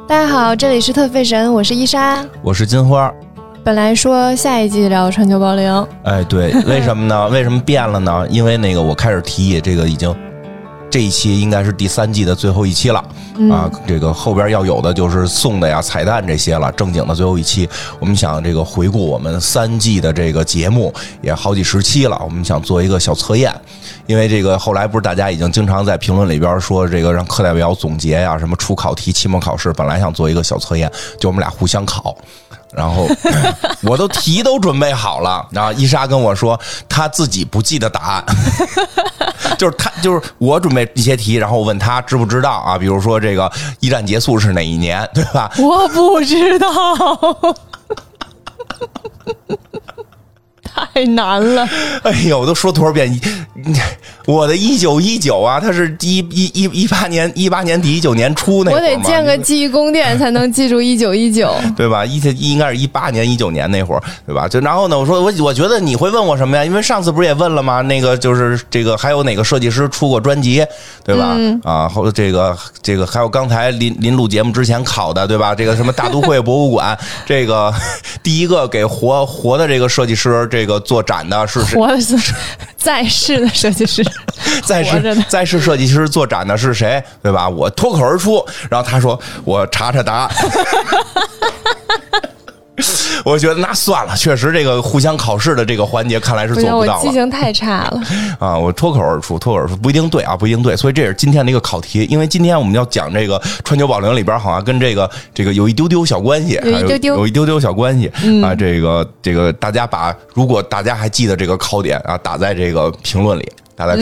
大家好，这里是特费神，我是伊莎， 我是金花。 本来说下一季聊川久保玲， 哎，对，为什么呢？为什么变了呢？因为我开始提议，这个已经这一期应该是第3季的最后一期了、啊，这个后边要有的就是送的呀、彩蛋这些了，正经的最后一期。我们想这个回顾我们3季的这个节目也好几十期了，我们想做一个小测验。因为这个后来不是大家已经经常在评论里边说这个让课代表总结呀、什么出考题、期末考试，本来想做一个小测验，就我们俩互相考。然后我都题都准备好了，然后伊莎跟我说她自己不记得答案，就是我准备一些题，然后我问她知不知道啊？比如说这个一战结束是哪一年，对吧？ 我不知道。太难了！ 哎呦，我都说多少遍，我的1919啊，它是18年底19年初那会儿嘛， 我得建个记忆宫殿才能记住1919， 对吧？应该是18年19年那会儿，对吧？就然后呢，我说我觉得你会问我什么呀？因为上次不是也问了吗？那个就是这个还有哪个设计师出过专辑，对吧？啊，后这个还有刚才临录节目之前考的，对吧？这个什么大都会博物馆，这个第一个给活的这个设计师这个做展的是谁？ 活的是在世的设计师， 在世设计师做展的是谁？对吧？我脱口而出，然后他说我查查答案。我觉得那算了，确实这个互相考试的这个环节看来是做不到了。 我记性太差了啊！我脱口而出不一定对啊，不一定对。所以这也是今天的一个考题，因为今天我们要讲这个川久保玲里边好像跟这个有一丢丢小关系，有一丢丢小关系啊。这个大家如果大家还记得这个考点啊，打在这个评论里，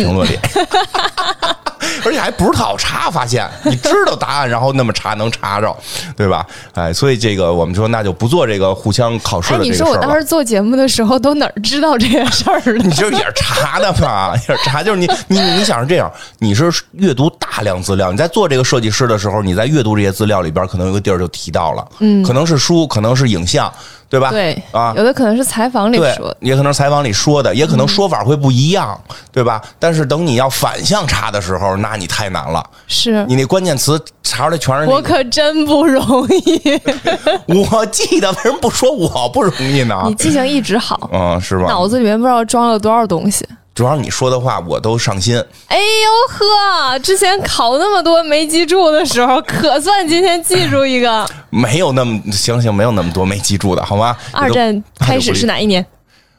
而且还不是特好查，发现你知道答案，然后那么查能查着，对吧？哎，所以这个我们说那就不做这个互相考试的这个事儿了。 你说我当时做节目的时候都哪儿知道这些事儿的？ 你就也是查的嘛，也是查，就是你想是这样，你是阅读大量资料，你在做这个设计师的时候，你在阅读这些资料里边，可能有个地儿就提到了，可能是书，可能是影像。对吧？ 对啊， 有的可能是采访里说的， 也可能是采访里说的，也可能说法会不一样，对吧？但是等你要反向查的时候，那你太难了。 是你那关键词查出来全是我可真不容易。 我记得为什么不说我不容易呢？ 你记性一直好， 是吧？ 脑子里面不知道装了多少东西。 主要你说的话我都上心。 哎呦呵，之前考那么多没记住的时候，可算今天记住一个。 没有那么行，没有那么多没记住的，好吗？ 二战开始是哪一年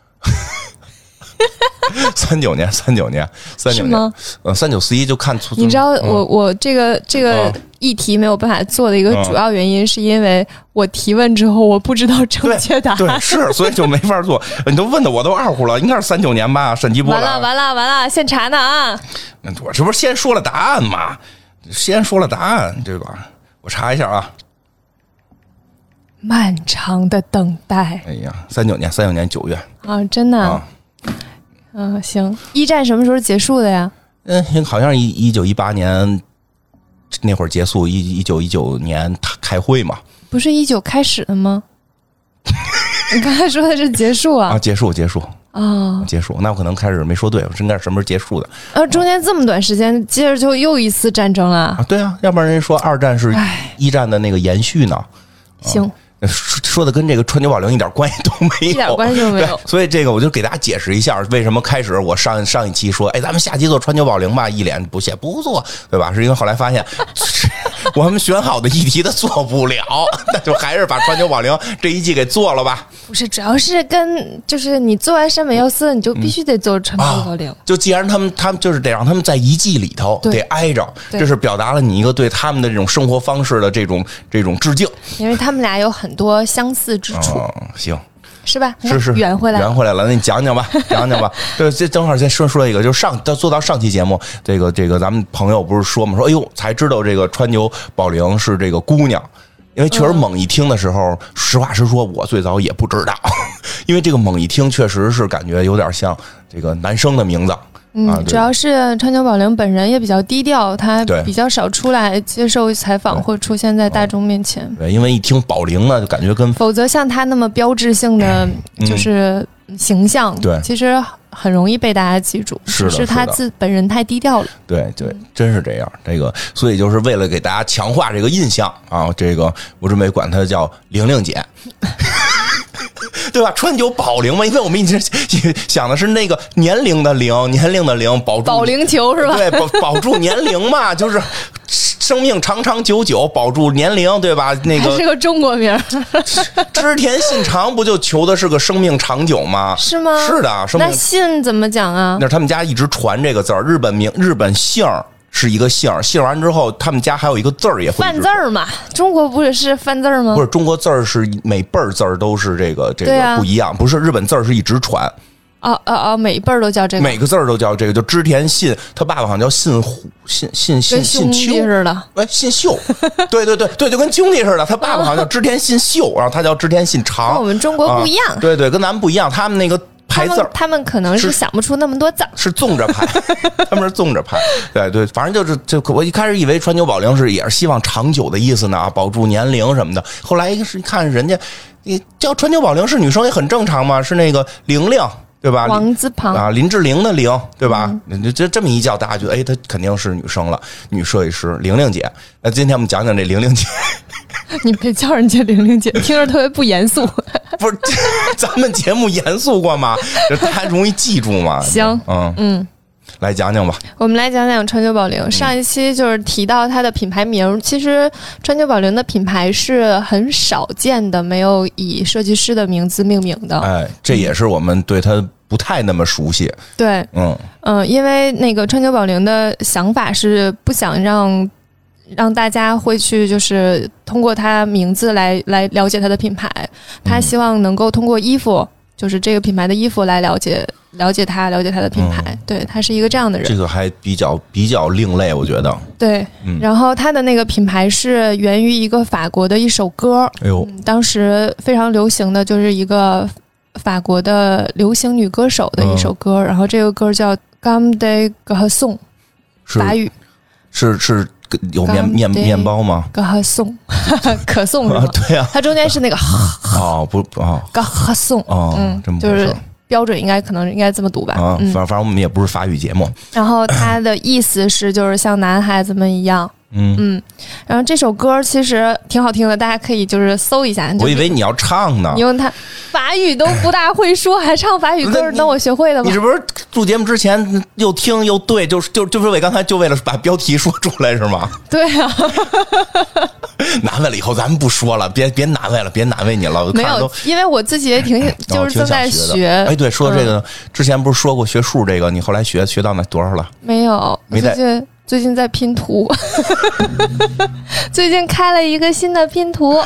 ？39年是吗 ？3941就看出。 你知道我这个议题没有办法做的一个主要原因，是因为我提问之后我不知道正确答案， 对，是，所以就没法做。你都问的我都二乎了，应该是39年吧？审计部完了，现查呢啊！ 我这不是先说了答案吗？对吧？我查一下啊。 漫长的等待。 哎呀，39年9月啊，真的啊。行，一战什么时候结束的呀？ 好像是1918年那会儿结束，1919年开会嘛。 不是19开始的吗？你刚才说的是结束啊？ 结束啊， 结束。那我可能开始没说对，我应该是什么时候结束的？ 中间这么短时间，接着就又一次战争了啊？对啊，要不然人家说二战是一战的那个延续呢。 行。 说的跟这个川久保玲一点关系都没有， 一点关系都没有。 所以这个我就给大家解释一下，为什么开始我上一期说，哎，咱们下期做川久保玲吧，一脸不屑不做，对吧？是因为后来发现我们选好的议题他做不了，那就还是把川久保玲这一季给做了吧。 不是，主要是就是你做完山本耀司，你就必须得做川久保玲。 就既然他们就是得让他们在一季里头得挨着，这是表达了你一个对他们的这种生活方式的这种致敬，因为他们俩有很多相似之处。 行。 是吧？ 是圆回来了。那你讲讲吧。对，这正好先说一个，就是做到上期节目，这个咱们朋友不是说嘛，说哎呦才知道这个川久保玲是这个姑娘，因为确实猛一听的时候，实话实说，我最早也不知道，因为这个猛一听确实是感觉有点像这个男生的名字。 主要是川久保玲本人也比较低调，他比较少出来接受采访或出现在大众面前。 对，因为一听保玲呢，就感觉跟否则像他那么标志性的，就是形象， 对， 其实很容易被大家记住，是他本人太低调了。 对对，真是这样。这个，所以就是为了给大家强化这个印象啊，这个我准备管它叫玲玲姐。对吧？川久保玲嘛，因为我们一直想的是那个年龄的龄，保龄球是吧？对，保住年龄嘛，就是生命长长久久，保住年龄，对吧？那个还是个中国名。 织田信长不就求的是个生命长久吗？ 是吗？ 是的， 那信怎么讲啊？ 那是他们家一直传这个字儿，日本姓是一个姓，姓完之后，他们家还有一一个字儿也会泛字儿嘛？中国不是泛字儿吗？ 不是，中国字儿是每辈儿字儿都是这个不一样，不是日本字儿是一直传。 每一辈儿都叫这个， 每个字儿都叫这个，就织田信，他爸爸好像叫信秋似的， 哎，信秀，对，就跟兄弟似的，他爸爸好像叫织田信秀，然后他叫织田信长， 跟我们中国不一样， 对，跟咱们不一样，他们那个。排字他们可能是想不出那么多字， 是纵着排，他们是纵着排，对，反正我一开始以为川久保玲也是希望长久的意思呢，保住年龄什么的。后来一看人家，你叫川久保玲是女生也很正常嘛，是那个玲玲，对吧？ 王字旁啊，林志玲的玲，对吧？就这么一叫，大家觉得她肯定是女生了，女设计师玲玲姐。那今天我们讲讲这玲玲姐。 你别叫人家玲玲姐，听着特别不严肃。 不是，咱们节目严肃过吗？这太容易记住嘛。 行， 来讲讲吧。 我们来讲讲川久保玲。上一期就是提到它的品牌名，其实川久保玲的品牌是很少见的，没有以设计师的名字命名的。 哎，这也是我们对它不太那么熟悉。 对，因为那个川久保玲的想法是不想让大家会去就是通过他名字来了解他的品牌，他希望能够通过衣服，就是这个品牌的衣服来了解他的品牌。对，他是一个这样的人， 这个还比较另类，我觉得。 对，然后他的那个品牌是源于一个法国的一首歌， 哎呦， 当时非常流行的就是一个法国的流行女歌手的一首歌，然后这个歌叫《Comme des Garçons》，法语是。有面包吗？ 可颂，可颂是吗？ 对啊， 它中间是那个可颂，就是标准可能应该这么读吧。 反正我们也不是法语节目。 然后它的意思是就是像男孩子们一样。然后这首歌其实挺好听的，大家可以就是搜一下。 我以为你要唱呢， 因为他法语都不大会说，还唱法语歌，等我学会了吗？ 你是不是录节目之前又听又对，就是为刚才就为了把标题说出来是吗？ 对啊， 难为了，以后咱们不说了，别难为了，别难为你了。 没有，因为我自己也就是正在学。 哎，对，说这个之前不是说过学数这个，你后来学到那多少了？ 没有， 没在。 最近在拼图，最近开了一个新的拼图。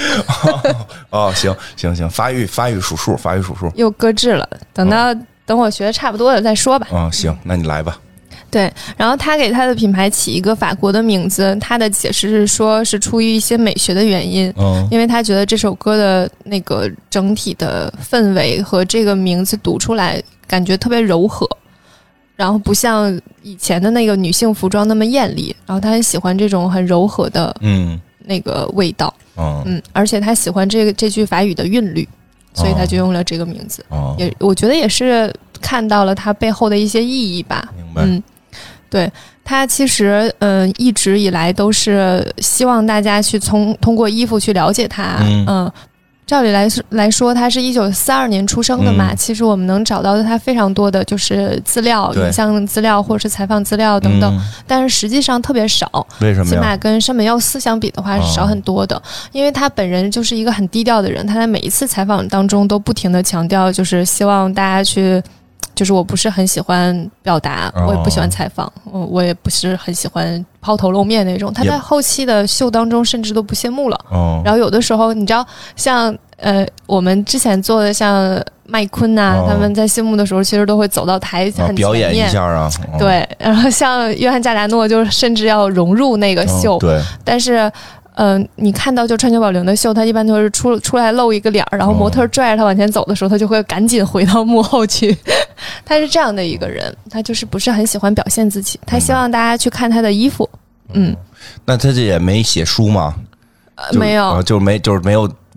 行，法语数数又搁置了，等我学的差不多了再说吧。 行，那你来吧。 对，然后他给他的品牌起一个法国的名字，他的解释是说是出于一些美学的原因，因为他觉得这首歌的那个整体的氛围和这个名字读出来感觉特别柔和。然后不像以前的那个女性服装那么艳丽，然后他很喜欢这种很柔和的那个味道，而且他喜欢这句法语的韵律，所以他就用了这个名字。我觉得也是看到了它背后的一些意义吧。 明白。 对，他其实一直以来都是希望大家去通过衣服去了解他。照理来说，他是1942年出生的嘛，其实我们能找到的他非常多的就是资料、影像资料或者是采访资料等等，但是实际上特别少。 为什么呀？ 起码跟山本耀司相比的话是少很多的，因为他本人就是一个很低调的人，他在每一次采访当中都不停地强调，就是希望大家去。就是我不是很喜欢表达，我也不喜欢采访，我也不是很喜欢抛头露面那种。他在后期的秀当中甚至都不谢幕了。然后有的时候你知道，像我们之前做的像麦昆呐，他们在谢幕的时候其实都会走到台很前面表演一下啊。 对，然后像约翰加达诺就甚至要融入那个秀。 对， 但是。你看到就川久保玲的秀，他一般都是出来露一个脸，然后模特拽着他往前走的时候，他就会赶紧回到幕后去。他是这样的一个人，他就是不是很喜欢表现自己，他希望大家去看他的衣服。 那他这也没写书吗？ 没有， 就是没有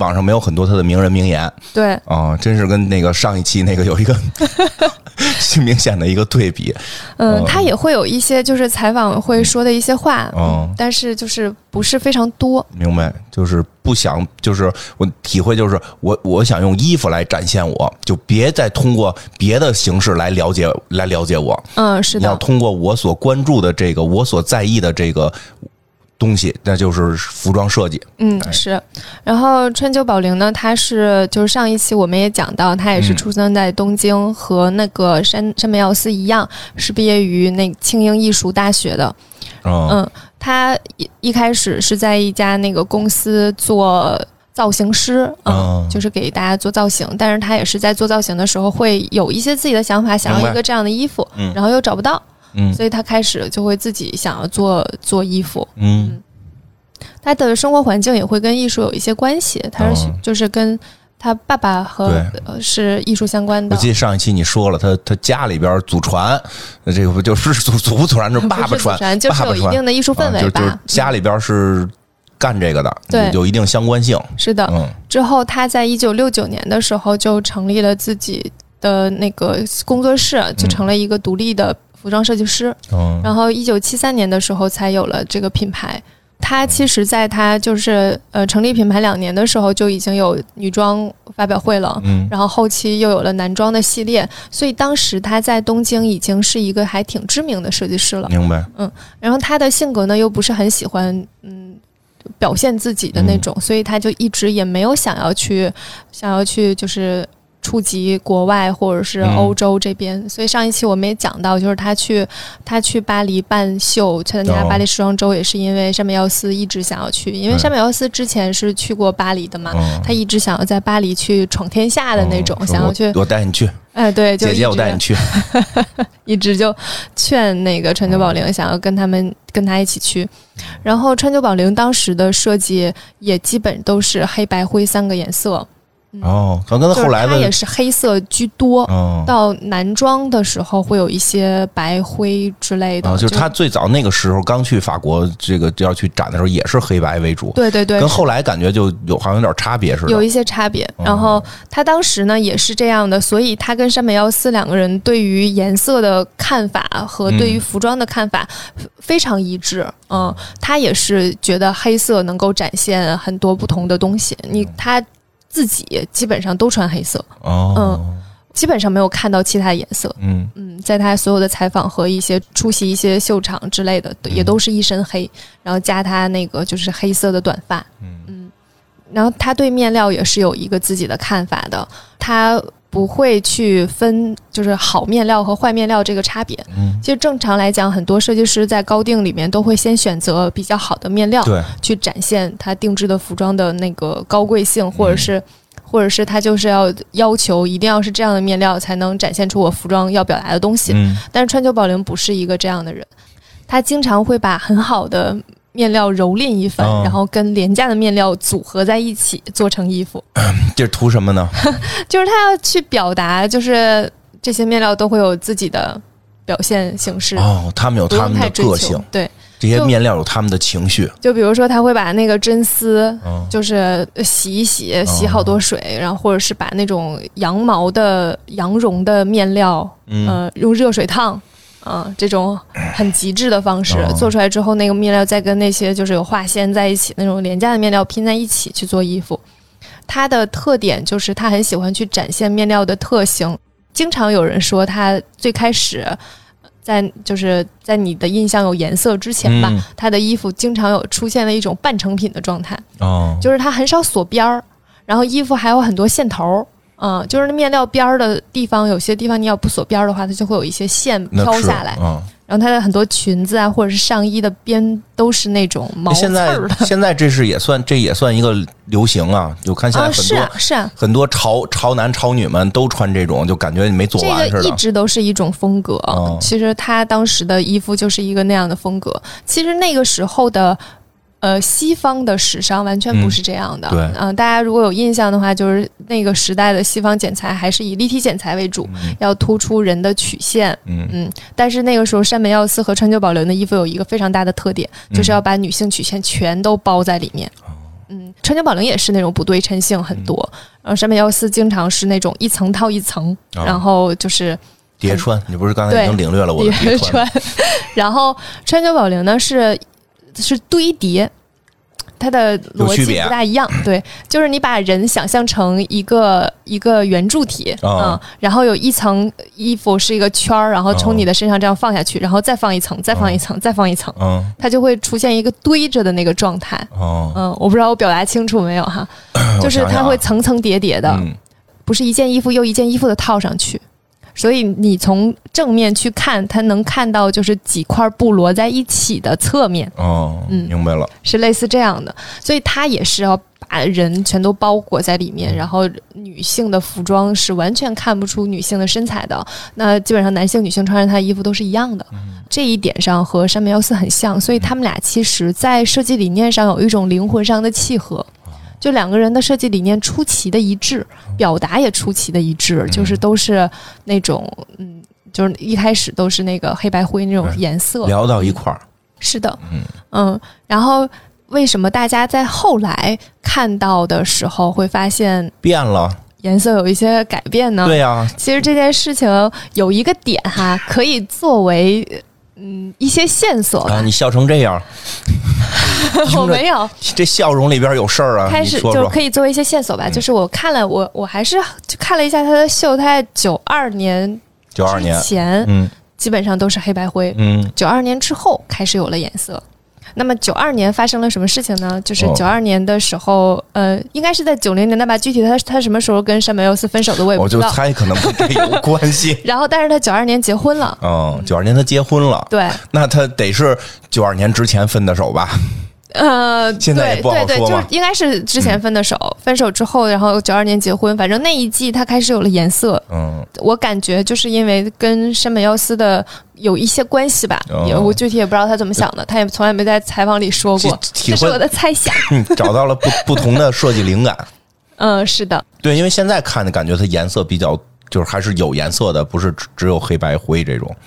网上没有很多他的名人名言。 对真是跟那个上一期那个有一个明显的一个对比。 他也会有一些就是采访会说的一些话，但是就是不是非常多。 明白，就是不想，就是我体会就是我想用衣服来展现我，就别再通过别的形式来了解我。 是的， 你要通过我所关注的这个，我所在意的这个东西，那就是服装设计。 是。然后川久保玲呢，她是就是上一期我们也讲到，她也是出生在东京，和那个山本耀司一样，是毕业于那庆应艺术大学的。她一开始是在一家那个公司做造型师，就是给大家做造型，但是她也是在做造型的时候会有一些自己的想法，想要一个这样的衣服，然后又找不到。所以他开始就会自己想要做衣服。他的生活环境也会跟艺术有一些关系，他是就是跟他爸爸和是艺术相关的。 我记得上一期你说了，他家里边祖传，这个不就是祖不传，是爸爸传， 就是有一定的艺术氛围吧。 就是家里边是干这个的， 对， 有一定相关性。 是的。之后他在1969年的时候就成立了自己的那个工作室，就成了一个独立的服装设计师。然后1973年的时候才有了这个品牌。他其实在他就是成立品牌2年的时候就已经有女装发表会了，然后后期又有了男装的系列，所以当时他在东京已经是一个还挺知名的设计师了。 明白。 然后他的性格呢又不是很喜欢表现自己的那种，所以他就一直也没有想要去就是触及国外或者是欧洲这边。所以上一期我们也讲到，就是他去巴黎办秀，参加巴黎时装周，也是因为山本耀司一直想要去，因为山本耀司之前是去过巴黎的嘛，他一直想要在巴黎去闯天下的那种，想要去。 我带你去。 对，就姐姐我带你去。 一直就劝那个川久保玲想要跟他一起去。然后川久保玲当时的设计也基本都是黑白灰3个颜色。 可能后来的它也是黑色居多，到男装的时候会有一些白灰之类的。 就是他最早那个时候刚去法国，这个要去展的时候也是黑白为主。 对， 跟后来感觉就好像有点差别似的， 有一些差别。然后他当时呢也是这样的，所以他跟山本耀司2个人对于颜色的看法和对于服装的看法非常一致。他也是觉得黑色能够展现很多不同的东西。他自己基本上都穿黑色，基本上没有看到其他颜色。在他所有的采访和出席一些秀场之类的，也都是一身黑，然后加他那个就是黑色的短发。然后他对面料也是有一个自己的看法的，他不会去分就是好面料和坏面料这个差别。其实正常来讲，很多设计师在高定里面都会先选择比较好的面料，去展现他定制的服装的那个高贵性，或者是他就是要求一定要是这样的面料才能展现出我服装要表达的东西。但是川久保玲不是一个这样的人，他经常会把很好的面料蹂躏一番，然后跟廉价的面料组合在一起做成衣服。 这是图什么呢？ 就是他要去表达，就是这些面料都会有自己的表现形式。 他们有他们的个性。 对， 这些面料有他们的情绪。 就比如说他会把那个真丝就是洗一洗，洗好多水，然后或者是把那种羊绒的面料用热水烫，这种很极致的方式做出来之后，那个面料再跟那些就是有化纤在一起那种廉价的面料拼在一起去做衣服。它的特点就是他很喜欢去展现面料的特性。经常有人说他最开始在你的印象有颜色之前吧，他的衣服经常有出现了一种半成品的状态。就是他很少锁边儿，然后衣服还有很多线头。就是面料边儿的地方，有些地方你要不锁边儿的话，它就会有一些线飘下来。然后它的很多裙子啊，或者是上衣的边都是那种毛刺儿的。 现在这也算一个流行啊！就看现在很多是啊， 很多潮男潮女们都穿这种，就感觉你没做完似的。 这个一直都是一种风格。其实他当时的衣服就是一个那样的风格。其实那个时候的西方的时尚完全不是这样的。大家如果有印象的话，就是那个时代的西方剪裁还是以立体剪裁为主，要突出人的曲线。但是那个时候山本耀司和川久保玲的衣服有一个非常大的特点，就是要把女性曲线全都包在里面。 川久保玲也是那种不对称性很多，然后山本耀司经常是那种一层套一层，然后就是叠穿。你不是刚才已经领略了我的叠穿？ 然后川久保玲呢是堆叠。它的逻辑不大一样，对，就是你把人想象成一个圆柱体，然后有一层衣服是一个圈儿，然后从你的身上这样放下去，然后再放一层，再放一层，再放一层，它就会出现一个堆着的那个状态。我不知道我表达清楚没有哈？就是它会层层叠叠的，不是一件衣服又一件衣服的套上去。所以你从正面去看，它能看到就是几块布摞在一起的侧面。明白了，是类似这样的。所以它也是要把人全都包裹在里面，然后女性的服装是完全看不出女性的身材的。那基本上男性女性穿上她的衣服都是一样的，这一点上和山本耀司很像。所以他们俩其实在设计理念上有一种灵魂上的契合。就两个人的设计理念出奇的一致，表达也出奇的一致，就是都是那种就是一开始都是那个黑白灰那种颜色， 聊到一块儿。 是的，然后为什么大家在后来看到的时候会发现变了？ 颜色有一些改变呢？ 对呀， 其实这件事情有一个点哈，可以作为一些线索吧。 你笑成这样。 我没有， 这笑容里边有事儿啊！ 开始就是可以作为一些线索吧。就是我看了，我还是就看了一下他的秀，他在92年之前，基本上都是黑白灰。92年之后开始有了颜色。那么92年发生了什么事情呢？就是92年的时候，应该是在90年代吧。具体他什么时候跟山本耀司分手的我也不知道。 我就猜可能跟这有关系。 然后，但是他92年结婚了。 92年他结婚了。 对， 那他得是92年之前分的手吧？现在也不好说嘛。 对，就是应该是之前分的手，分手之后，然后92年结婚，反正那一季他开始有了颜色。我感觉就是因为跟山本耀司的有一些关系吧，我具体也不知道他怎么想的，他也从来没在采访里说过，这是我的猜想。 找到了不同的设计灵感。 是的， 对，因为现在看的感觉它颜色比较，就是还是有颜色的，不是只有黑白灰这种。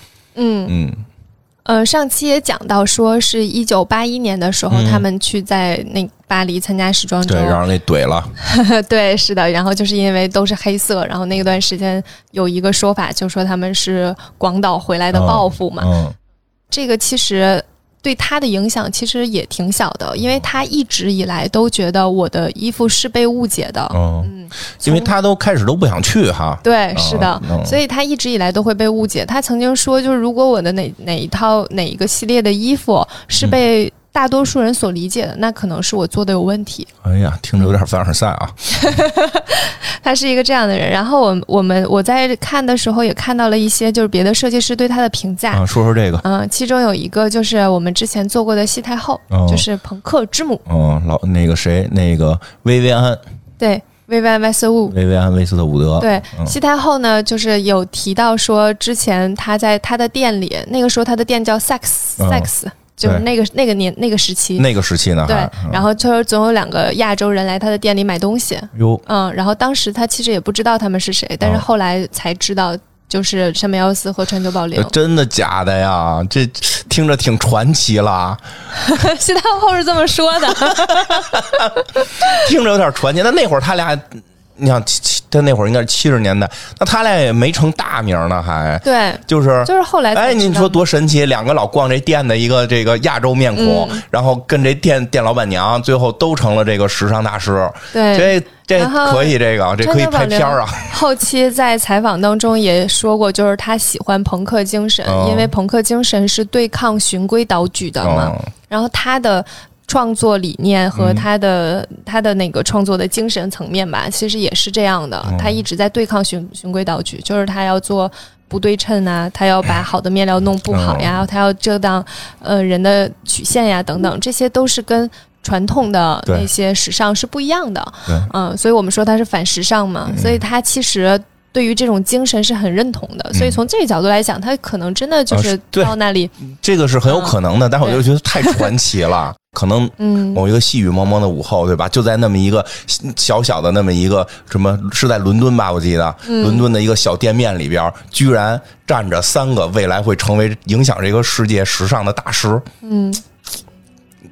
上期也讲到，说是1981年的时候，他们去在那巴黎参加时装周， 对，让人给怼了。 对，是的。然后就是因为都是黑色，然后那段时间有一个说法，就说他们是广岛回来的报复嘛。这个其实对他的影响其实也挺小的，因为他一直以来都觉得我的衣服是被误解的。 因为他都开始都不想去哈。 对，是的，所以他一直以来都会被误解。他曾经说，就是如果我的哪一个系列的衣服是被大多数人所理解的，那可能是我做的有问题。 哎呀，听着有点凡尔赛啊。 他是一个这样的人。然后我在看的时候也看到了一些就是别的设计师对他的评价。 说这个。 其中有一个就是我们之前做过的西太后，就是朋克之母。 那个谁，那个薇薇安。 对。薇薇安·威斯特伍德。 对，西太后呢，就是有提到说，之前他在他的店里，那个时候他的店叫 Sex，就是那个时期呢。 对，然后就是总有2个亚洲人来他的店里买东西。然后当时他其实也不知道他们是谁，但是后来才知道。就是山本耀司和川久保玲。 真的假的呀？这听着挺传奇了。 西太后是这么说的。 听着有点传奇。那会儿他俩，你想他那会儿应该是70年代，那他俩也没成大名呢，还对， 就是后来你说多神奇，2个老逛这店的一个这个亚洲面孔，然后跟这店老板娘最后都成了这个时尚大师。 对， 这可以，这可以拍片啊。 后期在采访当中也说过，就是他喜欢朋克精神，因为朋克精神是对抗循规蹈矩的嘛。然后他的创作理念和他的那个创作的精神层面吧，其实也是这样的。他一直在对抗循规蹈矩，就是他要做不对称啊，他要把好的面料弄不好呀，他要遮挡人的曲线呀等等，这些都是跟传统的那些时尚是不一样的。所以我们说他是反时尚嘛，所以他其实对于这种精神是很认同的。所以从这个角度来讲，他可能真的就是到那里， 这个是很有可能的。但是我就觉得太传奇了。可能某一个细雨蒙蒙的午后，对吧？就在那么一个小小的那么一个什么，是在伦敦吧？我记得伦敦的一个小店面里边，居然站着3个未来会成为影响这个世界时尚的大师。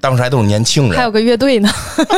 当时还都是年轻人， 还有个乐队呢。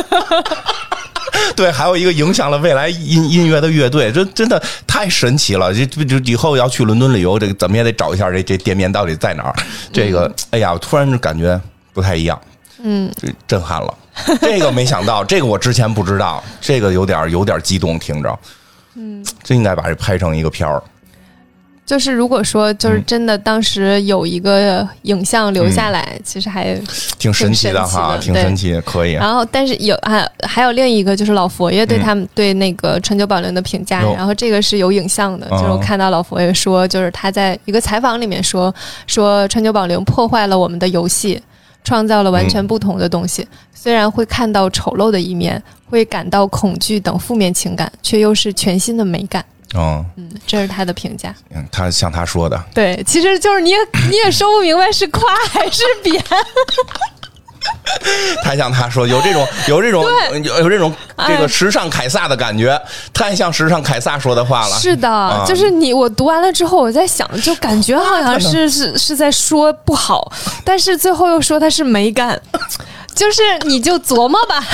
对，还有一个影响了未来音乐的乐队，这真的太神奇了。就以后要去伦敦旅游，这个怎么也得找一下这店面到底在哪儿。这个，哎呀，我突然就感觉不太一样，震撼了。这个没想到，这个我之前不知道，这个有点激动，听着，真应该把这拍成一个片儿。 就是如果说就是真的当时有一个影像留下来，其实还挺神奇的哈，挺神奇，可以。 然后，但是还有另一个就是老佛爷对他们对那个川久保玲的评价，然后这个是有影像的，就是我看到老佛爷说，就是他在一个采访里面说川久保玲破坏了我们的游戏，创造了完全不同的东西。虽然会看到丑陋的一面，会感到恐惧等负面情感，却又是全新的美感。这是他的评价。 他像他说的， 对，其实就是你也说不明白是夸还是贬。 太像他说，有这种这个时尚凯撒的感觉，太像时尚凯撒说的话了。 是的，就是我读完了之后，我在想，就感觉好像是在说不好，但是最后又说它是美感，就是你就琢磨吧。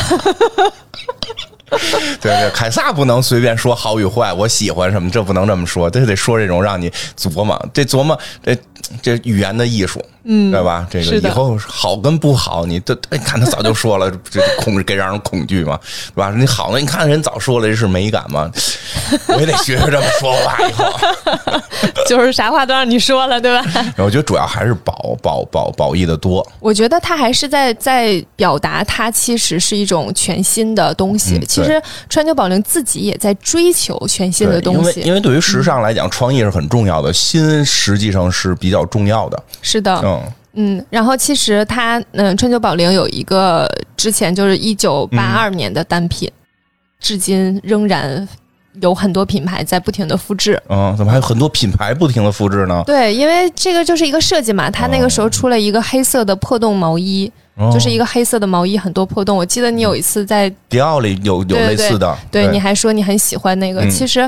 对，凯撒不能随便说好与坏，我喜欢什么，这不能这么说，这得说这种让你琢磨，琢磨这语言的艺术，对吧？这个以后好跟不好，你看他早就说了，这给让人恐惧嘛，对吧？你好了，你看人早说了，这是美感嘛，我也得学这么说话以后， 就是啥话都让你说了，对吧？ 我觉得主要还是褒义的多。 我觉得他还是在表达，他其实是一种全新的东西。其实川久保玲自己也在追求全新的东西， 因为对于时尚来讲，创意是很重要的，新实际上是比较重要的。 是的，然后其实他川久保玲有一个之前就是1982年的单品，至今仍然有很多品牌在不停的复制。 怎么还有很多品牌不停的复制呢？ 对，因为这个就是一个设计嘛，他那个时候出了一个黑色的破洞毛衣。就是一个黑色的毛衣，很多破洞。我记得你有一次在迪奥里有类似的， 对，你还说你很喜欢那个。其实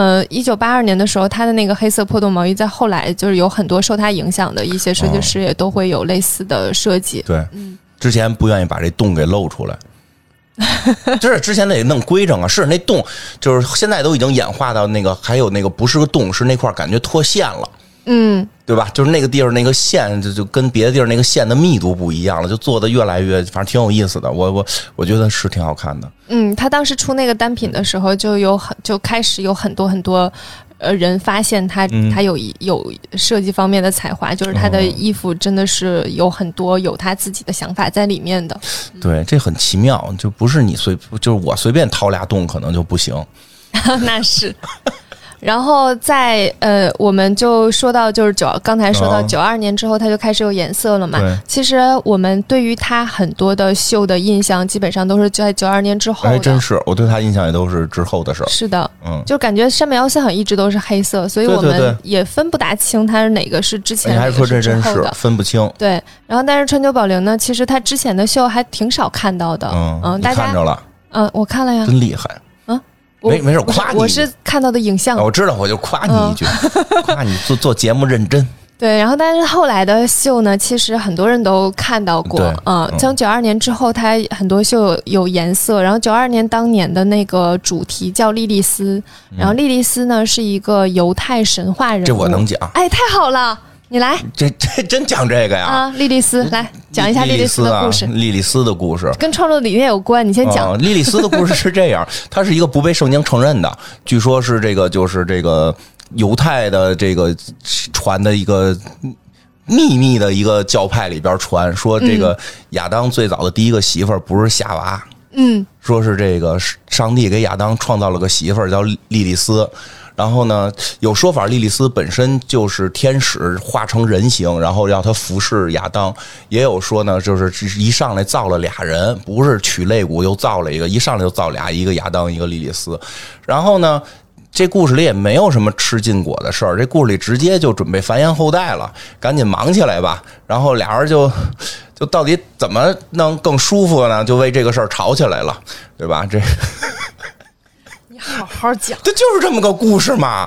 ，1982年的时候，他的那个黑色破洞毛衣，在后来就是有很多受他影响的一些设计师也都会有类似的设计。 对，之前不愿意把这洞给露出来。就是之前得弄规整啊，是那洞，就是现在都已经演化到那个，还有那个不是个洞，是那块感觉脱线了。对吧？就是那个地儿那个线就跟别的地儿那个线的密度不一样了，就做的越来越，反正挺有意思的。我觉得是挺好看的。 他当时出那个单品的时候，就开始有很多人发现他有设计方面的才华，就是他的衣服真的是有很多有他自己的想法在里面的。 对，这很奇妙，就不是就是我随便掏俩洞可能就不行。 那是。然后我们就说到就是刚才说到92年之后，它就开始有颜色了嘛。其实我们对于它很多的秀的印象，基本上都是在92年之后的。 真是，我对它印象也都是之后的事儿。 是的，就感觉山本耀司好像一直都是黑色，所以我们也分不大清它是哪个是之前，哪个是之后的， 真是分不清。 对，然后但是川久保玲呢，其实它之前的秀还挺少看到的。大家看着了？ 我看了呀， 真厉害。没事，夸你。 我是看到的影像， 我知道，我就夸你一句，夸你做节目认真。 对，然后但是后来的秀呢，其实很多人都看到过。像92年之后，它很多秀有颜色。然后92年当年的那个主题叫莉莉丝，然后莉莉丝呢是一个犹太神话人物。 这我能讲。 哎，太好了。你来， 这真讲这个呀？ 莉莉丝，来讲一下莉莉丝的故事。 莉莉丝的故事跟创作理念有关，你先讲。 莉莉丝的故事是这样，它是一个不被圣经承认的，据说是就是这个犹太的这个传的一个秘密的一个教派里边传说，这个亚当最早的第一个媳妇儿不是夏娃，说是这个上帝给亚当创造了个媳妇儿叫莉莉丝。然后呢，有说法莉莉丝本身就是天使化成人形，然后要他服侍亚当。也有说呢，就是一上来造了俩人，不是取肋骨又造了一上来就造俩，一个亚当，一个莉莉丝。然后呢，这故事里也没有什么吃禁果的事儿，这故事里直接就准备繁衍后代了，赶紧忙起来吧。然后俩人就到底怎么能更舒服呢？就为这个事儿吵起来了，对吧？这。 你好好讲， 这就是这么个故事嘛。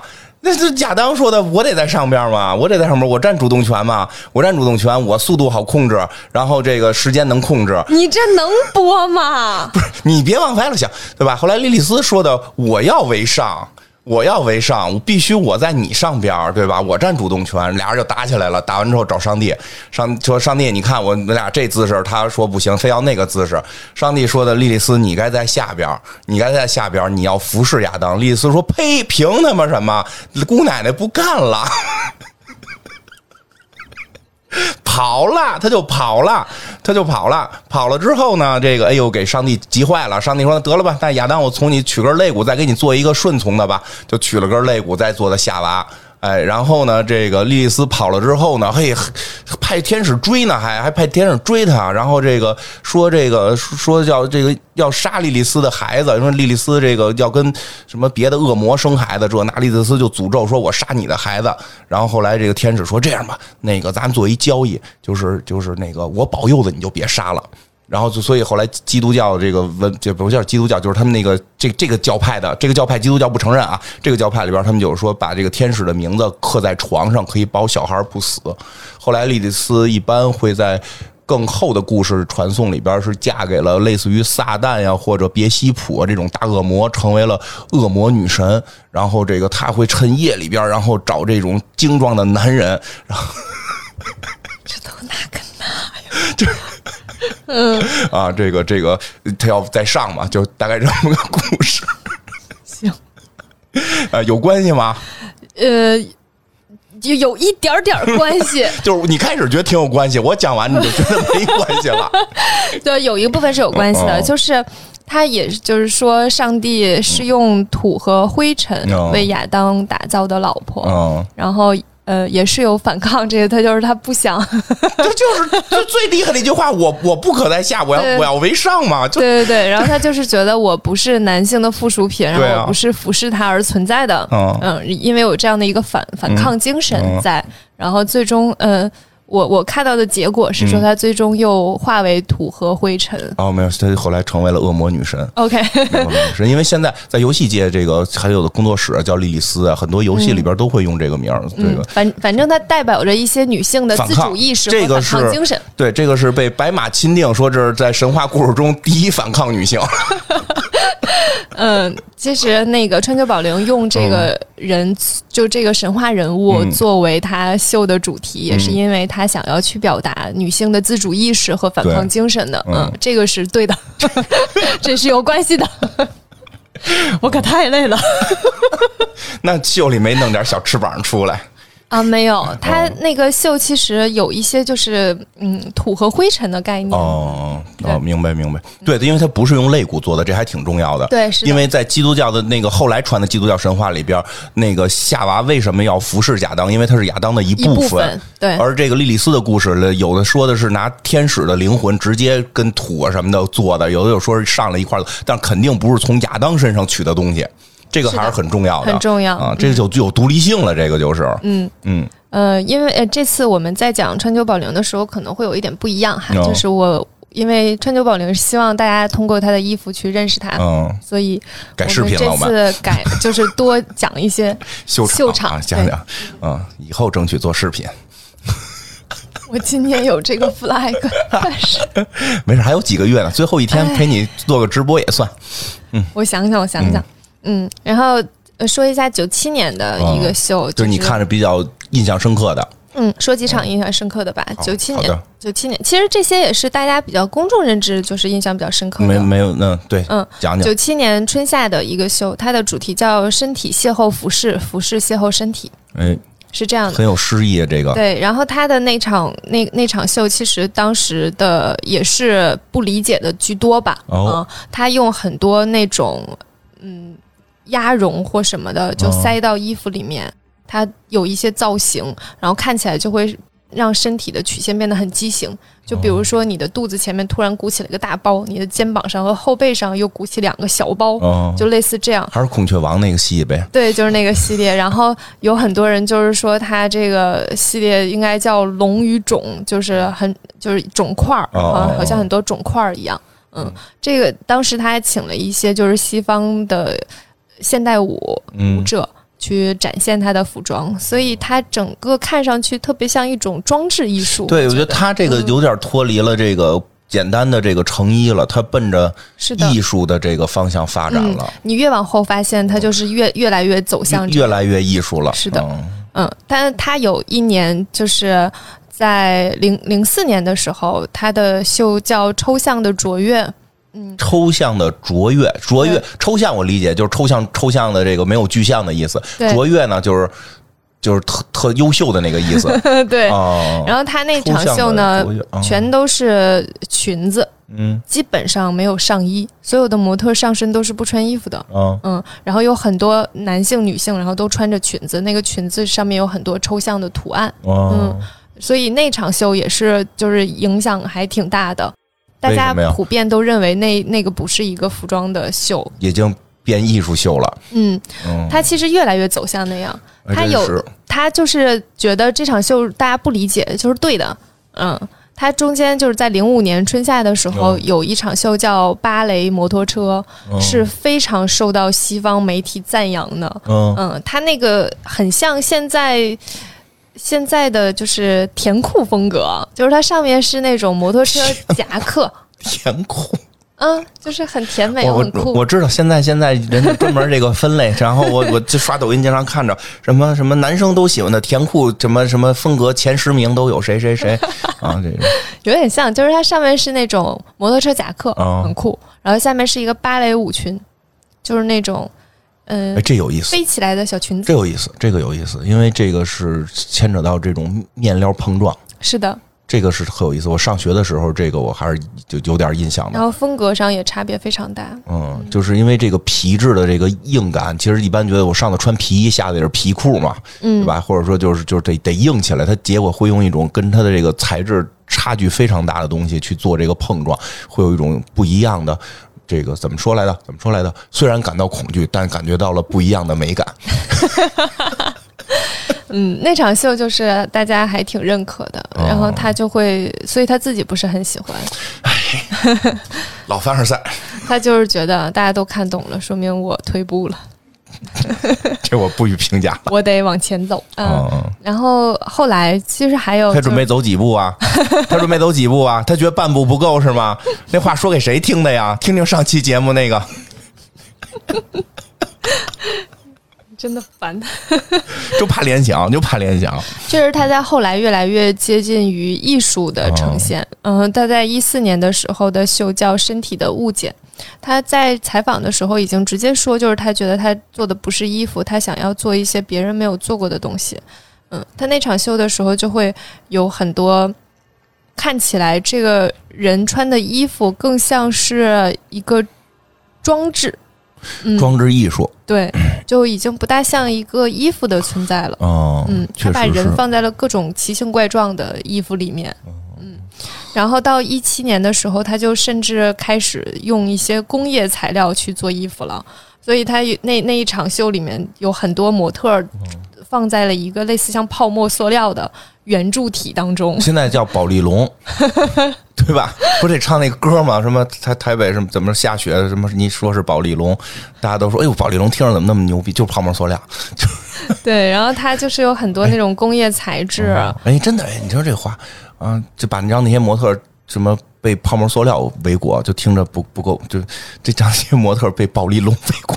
那是亚当说的，我得在上边嘛，我得在上边，我占主动权嘛，我占主动权，我速度好控制，然后这个时间能控制。 你这能播吗？ 不是，你别往歪了想，对吧？后来莉莉丝说的，我要为上。我要为上，我必须我在你上边，对吧？我占主动权，俩人就打起来了。打完之后找上帝，说上帝，你看我们俩这姿势，他说不行，非要那个姿势。上帝说的，莉莉丝，你该在下边，你该在下边，你要服侍亚当。莉莉丝说，呸，凭他妈什么？姑奶奶不干了。跑了，他就跑了。跑了之后呢，这个哎呦给上帝急坏了。上帝说得了吧，那亚当我从你取根肋骨，再给你做一个顺从的吧，就取了根肋骨，再做的夏娃。哎，然后呢，这个莉莉丝跑了之后呢，嘿，派天使追呢，还派天使追他，然后这个说叫这个要杀莉莉丝的孩子，因为莉莉丝这个要跟什么别的恶魔生孩子，这那莉莉丝就诅咒说我杀你的孩子。然后后来这个天使说这样吧，那个咱们做一交易，就是那个我保佑的你就别杀了。然后所以后来基督教这个就不叫基督教，就是他们那个这个教派的这个教派，基督教不承认啊。这个教派里边他们就是说把这个天使的名字刻在床上，可以保小孩不死。后来莉莉丝一般会在更后的故事传颂里边是嫁给了类似于撒旦呀或者别西卜这种大恶魔，成为了恶魔女神。然后这个她会趁夜里边，然后找这种精壮的男人，然后这都哪跟哪呀？ 就这个他要再上嘛，就大概这么个故事。 行， 有关系吗？ 就有一点关系。 就是你开始觉得挺有关系，我讲完你就觉得没关系了。 对，有一个部分是有关系的，就是他也就是说，上帝是用土和灰尘为亚当打造的老婆，然后。也是有反抗这个，他不想，就最厉害的一句话，我不可在下，我要为上嘛。对，然后他就是觉得我不是男性的附属品，然后我不是服侍他而存在的，因为有这样的一个反抗精神在，然后最终我看到的结果是说，他最终又化为土和灰尘。 没有，他后来成为了恶魔女神。 OK， 是因为现在在游戏界，这个还有的工作室叫莉莉丝啊，很多游戏里边都会用这个名儿。这个反正它代表着一些女性的自主意识和反抗精神。 对，这个是被白马钦定说这是在神话故事中第一反抗女性。 其实那个川久保玲用这个人，就这个神话人物作为他秀的主题，也是因为他想要去表达女性的自主意识和反抗精神的。这个是对的，这是有关系的。我可太累了。 那秀里没弄点小翅膀出来？ 没有，它那个秀其实有一些就是土和灰尘的概念。 明白。对的，因为它不是用肋骨做的，这还挺重要的。 对，是的。 因为在基督教的那个后来传的基督教神话里边，那个夏娃为什么要服侍亚当？因为他是亚当的一部分。 对。 而这个莉莉丝的故事，有的说的是拿天使的灵魂直接跟土啊什么的做的，有的有说是上了一块，但肯定不是从亚当身上取的东西。这个还是很重要的， 很重要啊！这个就具有独立性了，这个就是， 因为这次我们在讲川久保玲的时候，可能会有一点不一样哈，就是因为川久保玲希望大家通过她的衣服去认识她，所以改视频了， 我们这次改就是多讲一些秀场， 讲，以后争取做视频。 我今年有这个 flag， 但是没事，还有几个月呢，最后一天陪你做个直播也算。 我想想。然后说一下97年的一个秀， 就是你看着比较印象深刻的。 说几场印象深刻的吧。97年，其实这些也是大家比较公众认知，就是印象比较深刻的。 没有，对，讲 97年春夏的一个秀，它的主题叫身体邂逅服饰，服饰邂逅身体。是这样的， 很有诗意啊，这个。 对，然后他的那场秀，其实当时的也是不理解的居多吧。他用很多那种鸭绒或什么的就塞到衣服里面，它有一些造型，然后看起来就会让身体的曲线变得很畸形。就比如说你的肚子前面突然鼓起了一个大包，你的肩膀上和后背上又鼓起2个小包，就类似这样。 还是孔雀王那个系列？ 对，就是那个系列。然后有很多人就是说他这个系列应该叫龙与种，就是肿块好像很多肿块一样。这个当时他还请了一些就是西方的现代舞者去展现他的服装，所以他整个看上去特别像一种装置艺术。 对，我觉得他这个有点脱离了这个简单的这个成衣了，他奔着艺术的这个方向发展了。 你越往后发现，他就是越来越走向越来越艺术了。 是的，但是他有一年就是在04年的时候，他的秀叫《抽象的卓越》。 抽象的卓越，抽象我理解就是抽象的这个没有具象的意思。卓越呢，就是特优秀的那个意思。 对，然后他那场秀呢，全都是裙子，基本上没有上衣，所有的模特上身都是不穿衣服的。然后有很多男性、女性，然后都穿着裙子，那个裙子上面有很多抽象的图案。所以那场秀也是就是影响还挺大的。大家普遍都认为那个不是一个服装的秀， 已经变艺术秀了。 他其实越来越走向那样。他就是觉得这场秀大家不理解就是对的。他中间就是在05年春夏的时候有一场秀叫芭蕾摩托车，是非常受到西方媒体赞扬的。他那个很像现在的就是甜裤风格，就是它上面是那种摩托车夹克。 甜裤， 就是很甜美很酷。 我知道现在人家专门这个分类，然后我就刷抖音经常看着什么男生都喜欢的甜裤，什么风格前10名都有谁啊，这个有点像，就是它上面是那种摩托车夹克，很酷，然后下面是一个芭蕾舞裙，就是那种。 这有意思， 飞起来的小裙子， 这个有意思，因为这个是牵扯到这种面料碰撞。 是的， 这个是特有意思。我上学的时候，这个我还是就有点印象的。 然后风格上也差别非常大。 就是因为这个皮质的这个硬感，其实一般觉得我上头穿皮衣，下头也是皮裤嘛，对吧？或者说就是得硬起来，它结果会用一种跟它的这个材质差距非常大的东西去做这个碰撞，会有一种不一样的。这个怎么说来的？虽然感到恐惧，但感觉到了不一样的美感。 那场秀就是大家还挺认可的，然后他就会，所以他自己不是很喜欢。 老凡尔赛， 他就是觉得大家都看懂了，说明我退步了。 这我不予评价， 我得往前走。然后后来其实还有， 他准备走几步啊？他觉得半步不够是吗？那话说给谁听的呀？听上期节目那个。 真的烦。 就怕联想。 就是他在后来越来越接近于艺术的呈现。他在14年的时候的秀叫《身体的物件》。他在采访的时候已经直接说，就是他觉得他做的不是衣服，他想要做一些别人没有做过的东西。他那场秀的时候就会有很多看起来这个人穿的衣服更像是一个装置， 装置艺术。 对，就已经不大像一个衣服的存在了。他把人放在了各种奇形怪状的衣服里面。然后到17年的时候，他就甚至开始用一些工业材料去做衣服了。所以他那一场秀里面有很多模特放在了一个类似像泡沫塑料的圆柱体当中。 现在叫保丽龙，对吧？不是得唱那个歌吗？什么台北什么怎么下雪？什么你说是保丽龙，大家都说哎呦保丽龙听着怎么那么牛逼？就是泡沫塑料。 对，然后它就是有很多那种工业材质。 真的你说这话啊，就把让那些模特什么被泡沫塑料围裹，就听着不够，就这张些模特被保丽龙围裹。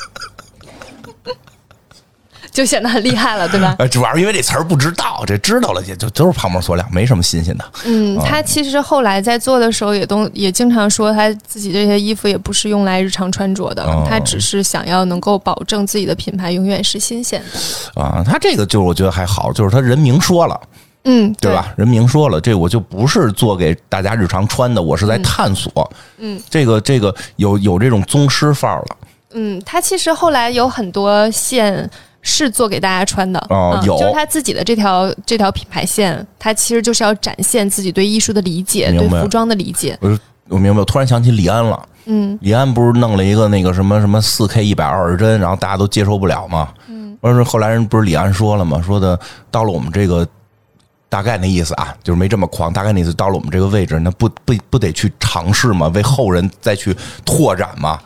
就显得很厉害了，对吧？ 主要是因为这词儿不知道，这知道了也就都是泡沫塑料，没什么新鲜的。 他其实后来在做的时候也经常说，他自己这些衣服也不是用来日常穿着的，他只是想要能够保证自己的品牌永远是新鲜的。 他这个就我觉得还好，就是他人明说了。对吧？人明说了，这我就不是做给大家日常穿的，我是在探索。这个有这种宗师范儿了。 他其实后来有很多线是做给大家穿的。有，就是他自己的这条品牌线，他其实就是要展现自己对艺术的理解，对服装的理解。 我明白，我突然想起李安了。李安不是弄了一个那个什么 4K 120帧，然后大家都接受不了嘛。后来人不是李安说了吗？说的到了我们这个。大概那意思啊，就是没这么狂。大概那意思，到了我们这个位置，那不得去尝试吗？为后人再去拓展吗？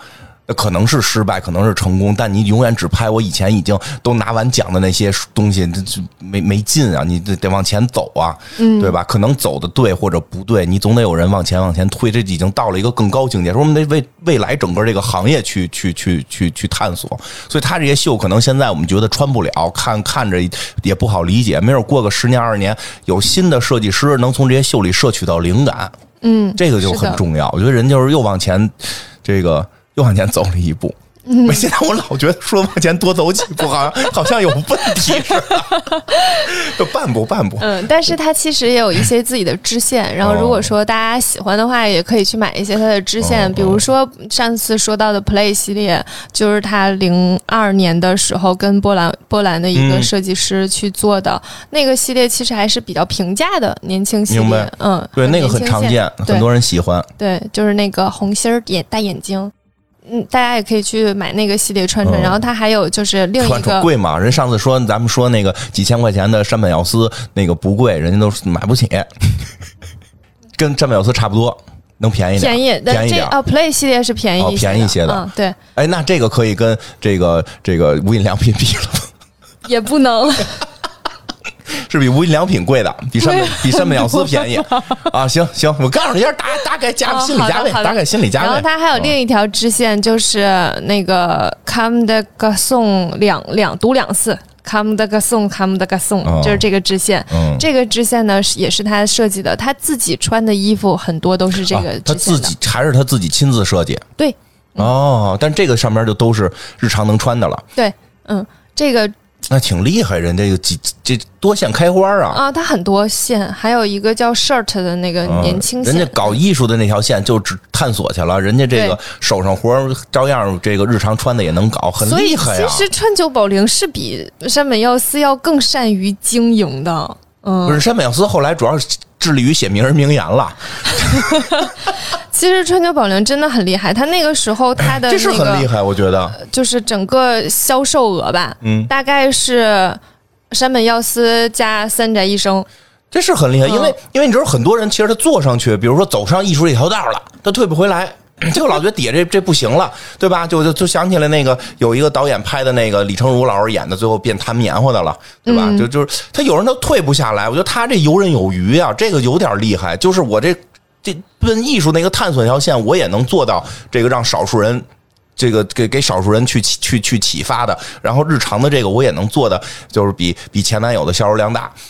可能是失败，可能是成功，但你永远只拍我以前已经都拿完奖的那些东西，这没劲啊！你得往前走啊，对吧？可能走的对或者不对，你总得有人往前推，这已经到了一个更高境界。说我们得为未来整个这个行业去探索。所以他这些秀可能现在我们觉得穿不了，看着也不好理解。没准过个10年20年，有新的设计师能从这些秀里摄取到灵感，这个就很重要。我觉得人就是又往前走了一步。现在我老觉得说往前多走几步，好像有问题似的，就半步。 但是它其实也有一些自己的支线，然后如果说大家喜欢的话，也可以去买一些它的支线，比如说上次说到的 Play 系列，就是他02年的时候跟波兰的一个设计师去做的那个系列，其实还是比较平价的年轻系列。 对，那个很常见，很多人喜欢。 对，就是那个红心儿大眼睛。大家也可以去买那个系列串，然后它还有就是另一个贵嘛？人上次说咱们说那个几千块钱的山本耀司那个不贵，人家都买不起，跟山本耀司差不多，能便宜点。便宜点 Play 系列是便宜一些的。 对。 哎，那这个可以跟这个无印良品比了吗？ 也不能。 是比无印良品贵的，比山本耀司便宜啊！行，我告诉你一下，大概心理价位，大概心理价位。 然后它还有另一条支线，就是那个 Comme des Garçons 两读两次 Comme des Garçons， 就是这个支线。这个支线呢也是他设计的，他自己穿的衣服很多都是这个支线的。 他自己亲自设计。 对。 但这个上面就都是日常能穿的了。 对，这个。 那挺厉害，人这多线开花啊！ 它很多线，还有一个叫 shirt 的那个年轻线。 人家搞艺术的那条线就只探索去了，人家这个手上活照样这个日常穿的也能搞，很厉害呀。 其实川久保玲是比山本耀司要更善于经营的。 不是，山本耀司后来主要是致力于写名人名言了。 其实川久保玲真的很厉害，他那个时候他的这是很厉害，我觉得就是整个销售额吧，大概是山本耀司加三宅一生， 这是很厉害，因为你知道很多人其实他坐上去，比如说走上艺术这条道了，他退不回来。就老觉得底下这不行了，对吧？就想起来那个有一个导演拍的那个李成儒老师演的，最后变弹棉花的了，对吧？就是他有人都退不下来，我觉得他这游刃有余啊，这个有点厉害。就是我这奔艺术那个探索一条线，我也能做到这个让少数人。这个给少数人去启发的，然后日常的这个我也能做的，就是比前男友的销售量大。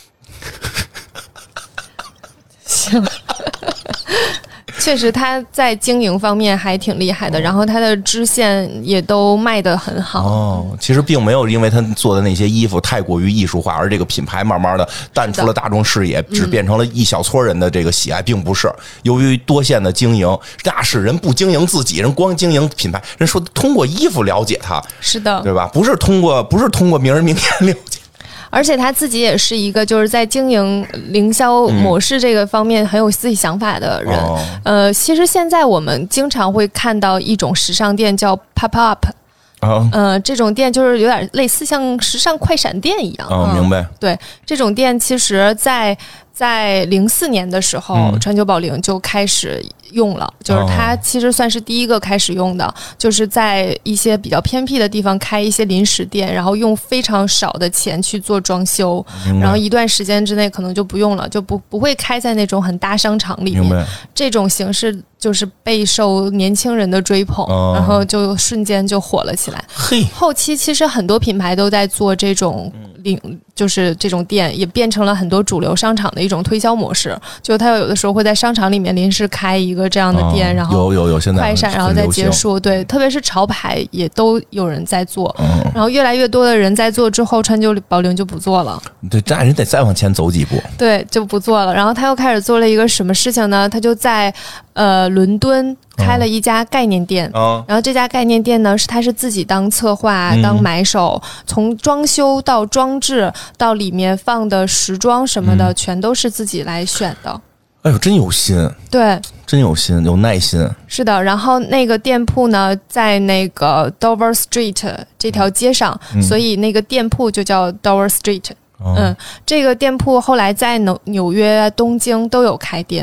行。确实他在经营方面还挺厉害的，然后他的支线也都卖得很好。 其实并没有因为他做的那些衣服太过于艺术化，而这个品牌慢慢的淡出了大众视野，只变成了一小撮人的这个喜爱，并不是由于多线的经营，那是人不经营自己，人光经营品牌，人说通过衣服了解他， 是的， 对吧？不是通过名人名言了解。 而且他自己也是一个就是在经营营销模式这个方面很有自己想法的人。其实现在我们经常会看到一种时尚店叫 pop up。这种店就是有点类似像时尚快闪店一样。 明白。 对，这种店其实在04年的时候，川久保玲就开始用了，就是它其实算是第一个开始用的，就是在一些比较偏僻的地方开一些临时店，然后用非常少的钱去做装修，然后一段时间之内可能就不用了，就不会开在那种很大商场里面。这种形式就是备受年轻人的追捧，然后就瞬间就火了起来。后期其实很多品牌都在做这种就是这种店，也变成了很多主流商场的一种推销模式。就他有的时候会在商场里面临时开一个这样的店，然后有现在快闪，然后再结束。对，特别是潮牌也都有人在做，然后越来越多的人在做之后，川久保玲就不做了。 对，这人得再往前走几步。 对，就不做了。然后他又开始做了一个什么事情呢？他就在伦敦开了一家概念店，然后这家概念店呢他是自己当策划、当买手，从装修到装置到里面放的时装什么的，全都是自己来选的。 哎呦，真有心！对，真有心，有耐心。 是的，然后那个店铺呢，在那个 Dover Street 这条街上，所以那个店铺就叫 Dover Street。这个店铺后来在纽约、东京都有开店。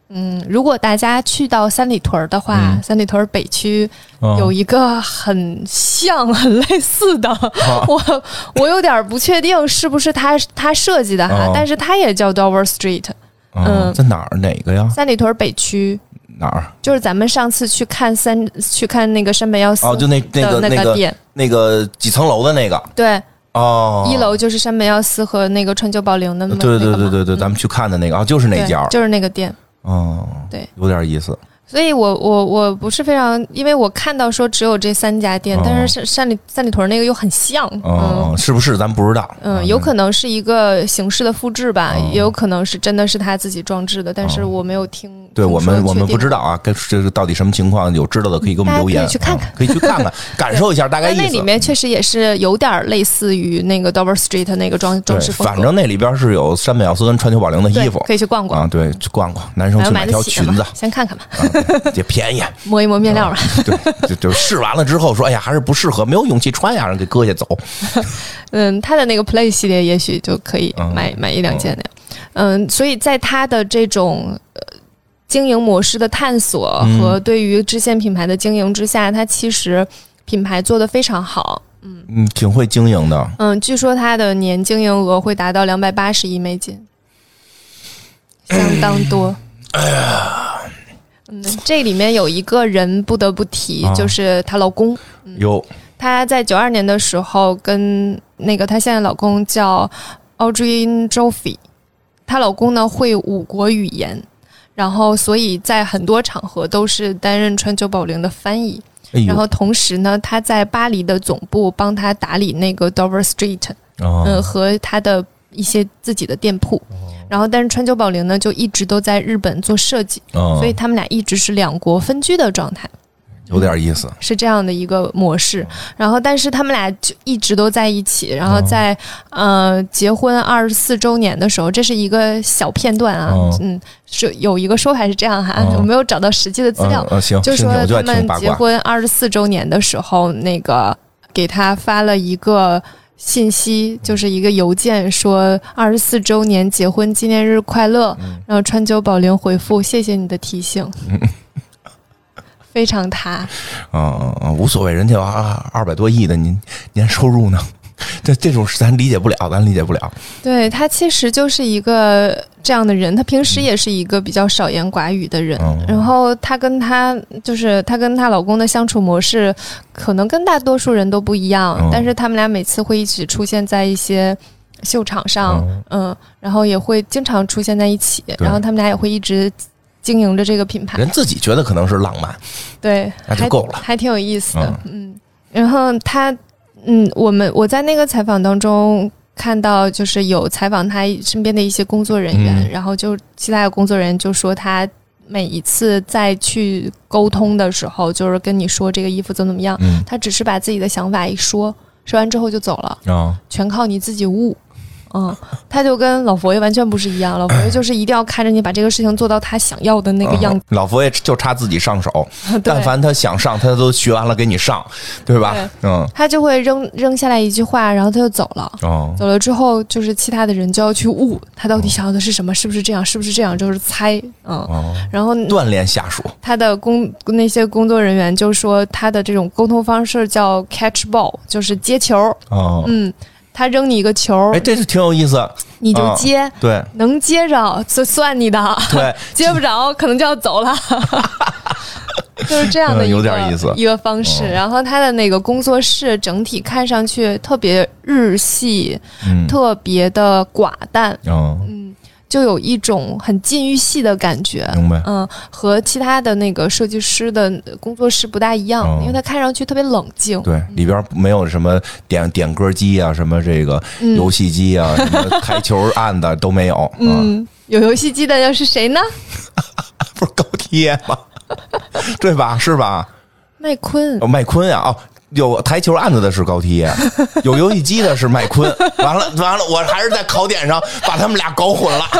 如果大家去到三里屯的话，三里屯北区有一个很像、很类似的，我有点不确定是不是他设计的哈，但是它也叫 Dover Street。 在哪儿？哪个呀？ 三里屯北区。 哪儿？ 就是咱们上次去看那个山本耀司就那个店， 那个几层楼的那个。 对。1楼就是山本耀司和那个川久保玲的那个。 对，咱们去看的那个就是那家， 就是那个店。 对，有点意思。 所以我不是非常，因为我看到说只有这3家店，但是三里屯那个又很像， 是不是咱不知道？ 有可能是一个形式的复制吧，也有可能是真的是他自己装置的，但是我没有听。 对，我们不知道啊，这是到底什么情况？有知道的可以给我们留言， 可以去看看， 可以去看看，感受一下大概意思。 那里面确实也是有点类似于那个 Dover Street 那个装饰风格。 反正那里边是有山本耀司跟川久保玲的衣服， 可以去逛逛啊。对，去逛逛，男生去买条裙子， 先看看吧， 也便宜， 摸一摸面料吧。 对，就试完了之后说，哎呀，还是不适合，没有勇气穿呀，让给割下走。 他的那个 Play 系列也许就可以买1-2件的。所以在他的这种经营模式的探索和对于支线品牌的经营之下，他其实品牌做得非常好。 挺会经营的。 据说他的年经营额会达到280亿美金，相当多。 哎呀。 这里面有一个人不得不提，就是她老公。她在92年的时候跟那个她现在老公叫 Audrey Joffe， 她老公呢会5国语言，然后所以在很多场合都是担任川久保玲的翻译。然后同时呢，她在巴黎的总部帮她打理那个 Dover Street，和她的一些自己的店铺。然后但是川久保玲呢就一直都在日本做设计，所以他们俩一直是2国分居的状态， 有点意思， 是这样的一个模式。然后但是他们俩就一直都在一起，然后在结婚24周年的时候，这是一个小片段啊，是有一个说法是这样哈，我没有找到实际的资料，就说他们结婚24周年的时候，那个给他发了一个信息，就是一个邮件，说24周年结婚纪念日快乐，然后川久保玲回复谢谢你的提醒。非常他无所谓，人家有200多亿的年收入呢，这种事咱理解不了。对， 他其实就是一个这样的人，他平时也是一个比较少言寡语的人，然后他跟她老公的相处模式可能跟大多数人都不一样，但是他们俩每次会一起出现在一些秀场上，然后也会经常出现在一起，然后他们俩也会一直经营着这个品牌， 人自己觉得可能是浪漫， 对， 那就够了， 还挺有意思的。然后我在那个采访当中看到，就是有采访他身边的一些工作人员，然后就其他的工作人员就说，他每一次再去沟通的时候，就是跟你说这个衣服怎么样，他只是把自己的想法一说完之后就走了，全靠你自己悟。他就跟老佛爷完全不是一样，老佛爷就是一定要看着你把这个事情做到他想要的那个样子。 老佛爷就差自己上手，但凡他想上，他都学完了给你上，对吧？ 他就会扔下来一句话，然后他就走了。走了之后，就是其他的人就要去悟他到底想要的是什么，是不是这样，就是猜。然后锻炼下属。 他的那些工作人员就说，他的这种沟通方式叫 catch ball， 就是接球。他扔你一个球， 这是挺有意思， 你就接， 对， 能接着就算你的， 对， 接不着可能就要走了，就是这样的有点意思一个方式。然后他的那个工作室整体看上去特别日系，特别的寡淡，就有一种很禁欲系的感觉， 明白？ 和其他的那个设计师的工作室不大一样，因为它看上去特别冷静。 对，里边没有什么点歌机啊，什么这个游戏机啊，什么台球案的都没有。 有游戏机的又是谁呢？ 不是高铁吗？对吧？是吧？ 麦昆。 麦昆啊！有台球案子的是高梯，有游戏机的是麦昆。完了，我还是在考点上把他们俩搞混了。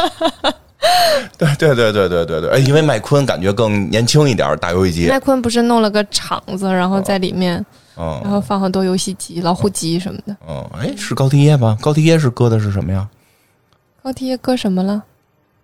对，因为麦昆感觉更年轻一点，打游戏机。 麦昆不是弄了个场子，然后在里面，然后放很多游戏机、老虎机什么的。 是高梯耶吧？高梯耶是搁的是什么呀？ 高梯耶搁什么了？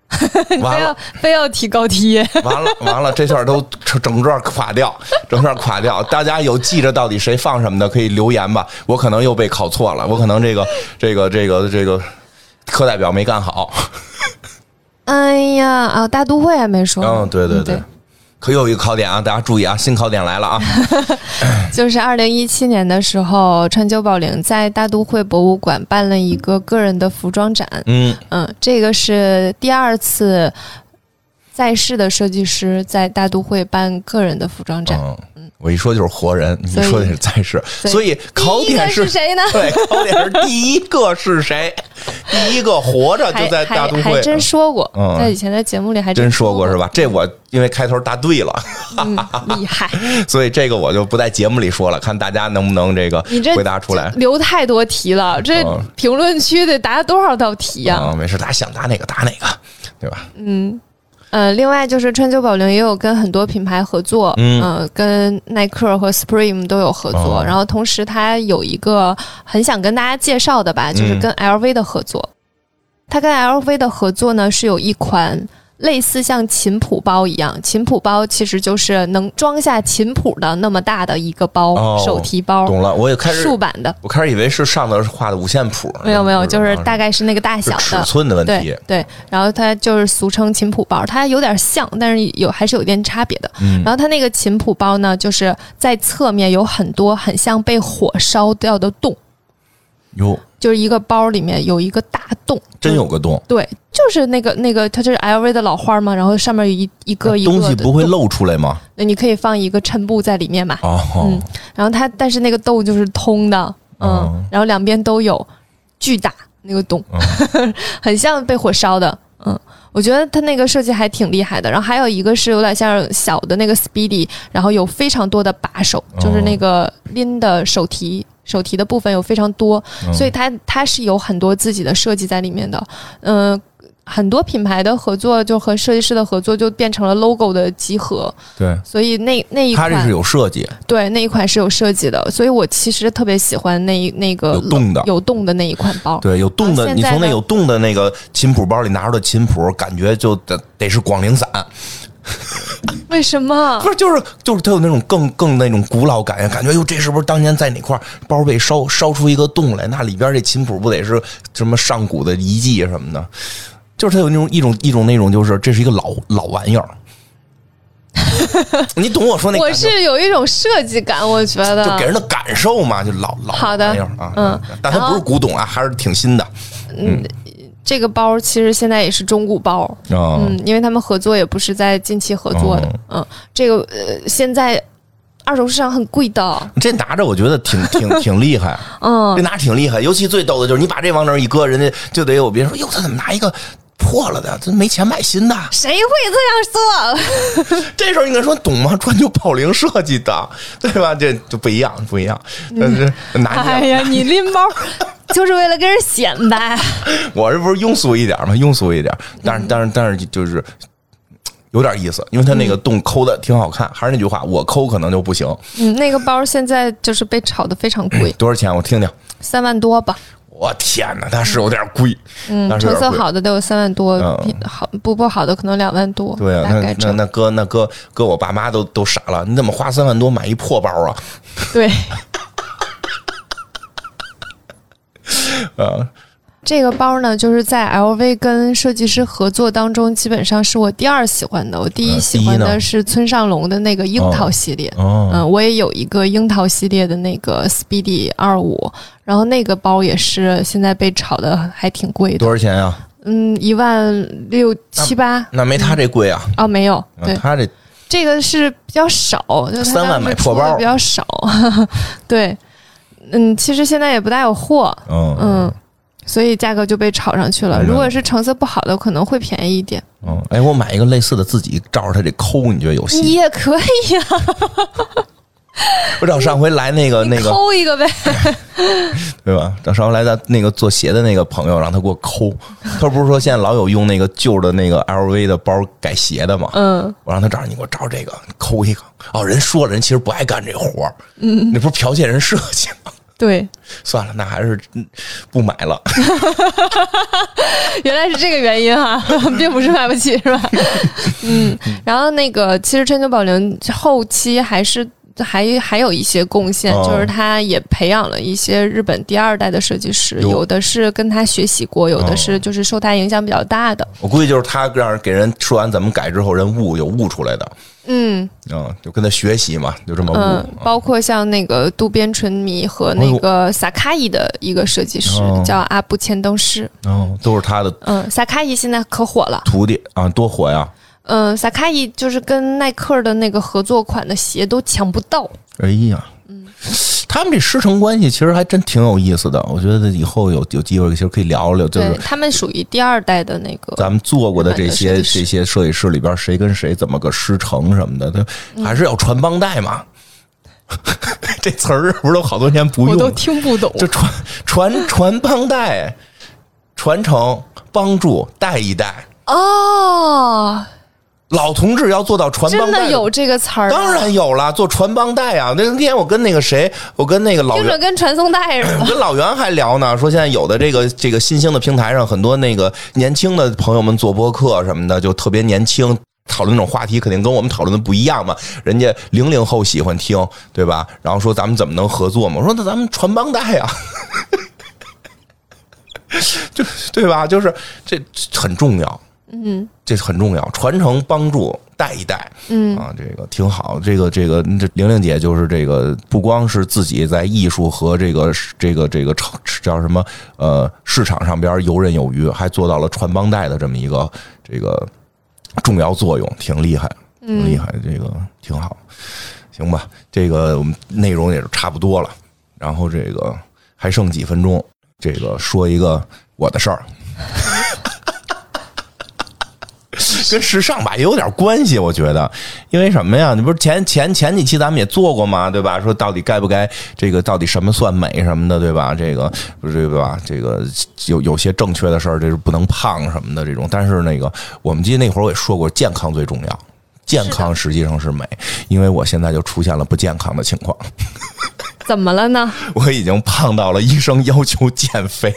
完了， 非要提高梯， 完了，这段都整段垮掉，大家有记着到底谁放什么的，可以留言吧。我可能又被考错了，我可能这个课代表没干好。 哎呀大都会还没说。 对。可有一个考点啊，大家注意啊，新考点来了啊！ 就是2017年的时候，川久保玲在大都会博物馆办了一个个人的服装展。这个是第2次在世的设计师在大都会办个人的服装展。 我一说就是活人，你说的是在世，所以考点是谁呢？ 对，考点是第一个是谁？第一个活着就在大都会， 还真说过，在以前的节目里还真说过是吧？这我因为开头答对了， 厉害， 所以这个我就不在节目里说了，看大家能不能这个回答出来。 留太多题了，这评论区得答多少道题呀？ 没事，大家想答哪个答哪个，对吧？ 另外就是川久保玲也有跟很多品牌合作，跟耐克和 Supreme 都有合作，然后同时他有一个很想跟大家介绍的吧，就是跟 LV 的合作。他跟 LV 的合作呢是有一款类似像琴谱包一样，琴谱包其实就是能装下琴谱的那么大的一个包，手提包。 懂了，我也开始竖版的， 我开始以为是上头画的五线谱， 没有，就是大概是那个大小的尺寸的问题。 对，然后它就是俗称琴谱包，它有点像，但是还是有点差别的。然后它那个琴谱包呢，就是在侧面有很多很像被火烧掉的洞。就是一个包里面有一个大洞， 真有个洞。 对，就是那个，它就是 LV 的老花嘛，然后上面有一个东西不会露出来吗？ 那你可以放一个衬布在里面嘛。然后但是那个洞就是通的，然后两边都有巨大那个洞，很像被火烧的。我觉得它那个设计还挺厉害的。然后还有一个是有点像小的那个 Speedy， 然后有非常多的把手，就是那个拎的手提的部分有非常多，所以它是有很多自己的设计在里面的。很多品牌的合作就和设计师的合作就变成了 logo 的集合。 对， 所以那一款它这是有设计。 对，那一款是有设计的，所以我其实特别喜欢那个有洞的那一款包。 对，有洞的，你从那有洞的那个琴谱包里拿出的琴谱，感觉就得是广陵散。 为什么？ 不是，就是它有那种更那种古老感，感觉哟，这是不是当年在哪块包被烧出一个洞来？那里边这琴谱不得是什么上古的遗迹什么的？就是它有那种一种那种，就是这是一个老玩意儿。你懂我说那个？ 我是有一种设计感，我觉得就给人的感受嘛，就老玩意儿啊。但它不是古董啊，还是挺新的。 这个包其实现在也是中古包，因为他们合作也不是在近期合作的，这个现在二手市场很贵的。 这拿着我觉得挺厉害，这拿挺厉害。尤其最逗的就是你把这往那儿一搁，人家就得有别人说，哟，他怎么拿一个破了的，这没钱买新的， 谁会这样做？ 这时候你跟他说懂吗？川久保玲设计的，对吧？这就不一样。但是哎呀，你拎包就是为了跟人显摆。 我这不是庸俗一点吗？庸俗一点，但是就是有点意思，因为他那个洞抠的挺好看。还是那句话，我抠可能就不行。 那个包现在就是被炒得非常贵。 多少钱？我听听。 3万多吧。 我天哪，它是有点贵。 成色好的都有3万多，好不好的可能2万多。 对啊，那搁我爸妈都傻了，你怎么花3万多买一破包啊？ 对。这个包呢，就是在 LV 跟设计师合作当中，基本上是我第2喜欢的。我第1喜欢的是村上隆的那个樱桃系列。我也有一个樱桃系列的那个 Speedy 25，然后那个包也是现在被炒的还挺贵的。 多少钱呀 ？1万6、7、8。 那没他这贵啊？ 没有，对， 他这个是比较少 ，3万买破包比较少。对，其实现在也不大有货。所以价格就被炒上去了。如果是成色不好的，可能会便宜一点。 我买一个类似的，自己照着它这抠，你觉得有戏？ 也可以呀。 我找上回来那个抠一个呗， 对吧？找上回来的那个做鞋的那个朋友，让他给我抠。他不是说现在老有用那个旧的那个 LV 的包改鞋的吗？我让他找你给我找这个抠一个。人说了，人其实不爱干这活儿。那不是剽窃人设计吗？ 对， 算了，那还是不买了。 原来是这个原因哈，并不是买不起是吧？然后那个其实川久保玲后期还有一些贡献，就是他也培养了一些日本第2代的设计师，有的是跟他学习过，有的是就是受他影响比较大的。 我估计就是他让给人说完怎么改之后，人悟出来的。就跟他学习嘛，就这么悟。 包括像那个渡边淳弥和那个萨卡伊的一个设计师，叫阿部千灯师。 都是他的。 萨卡伊现在可火了， 徒弟啊，多火呀！ 萨卡伊就是跟耐克的那个合作款的鞋都抢不到。 哎呀，他们这师承关系其实还真挺有意思的。我觉得以后有机会其实可以聊聊，就是他们属于第2代的那个咱们做过的这些设计师里边，谁跟谁怎么个师承什么的，他还是要传帮带嘛。这词儿不是都好多年不用， 我都听不懂。 就传帮带，传承帮助带一代哦。老同志要做到传帮带， 真的有这个词儿？ 当然有了，做传帮带啊！那天我跟那个谁，我跟那个老袁， 听着跟传送带似的。 我跟老袁还聊呢，说现在有的这个新兴的平台上，很多那个年轻的朋友们做播客什么的，就特别年轻，讨论那种话题肯定跟我们讨论的不一样嘛。人家00后喜欢听，对吧？然后说咱们怎么能合作嘛？我说那咱们传帮带啊，就对吧？就是这很重要。这很重要，传承帮助带一代，这个挺好。这玲玲姐就是这个，不光是自己在艺术和这个叫什么市场上边游刃有余，还做到了传帮带的这么一个这个重要作用，挺厉害，挺厉害，这个挺好。行吧，这个我们内容也是差不多了，然后这个还剩几分钟，这个说一个我的事儿。跟时尚吧也有点关系，我觉得，因为什么呀？你不是前几期咱们也做过吗？对吧？说到底该不该这个，到底什么算美什么的，对吧？这个不是对吧？这个有些正确的事儿，这是不能胖什么的这种。但是那个我们记得那会儿我也说过，健康最重要，健康实际上是美。因为我现在就出现了不健康的情况。 怎么了呢？ 我已经胖到了医生要求减肥。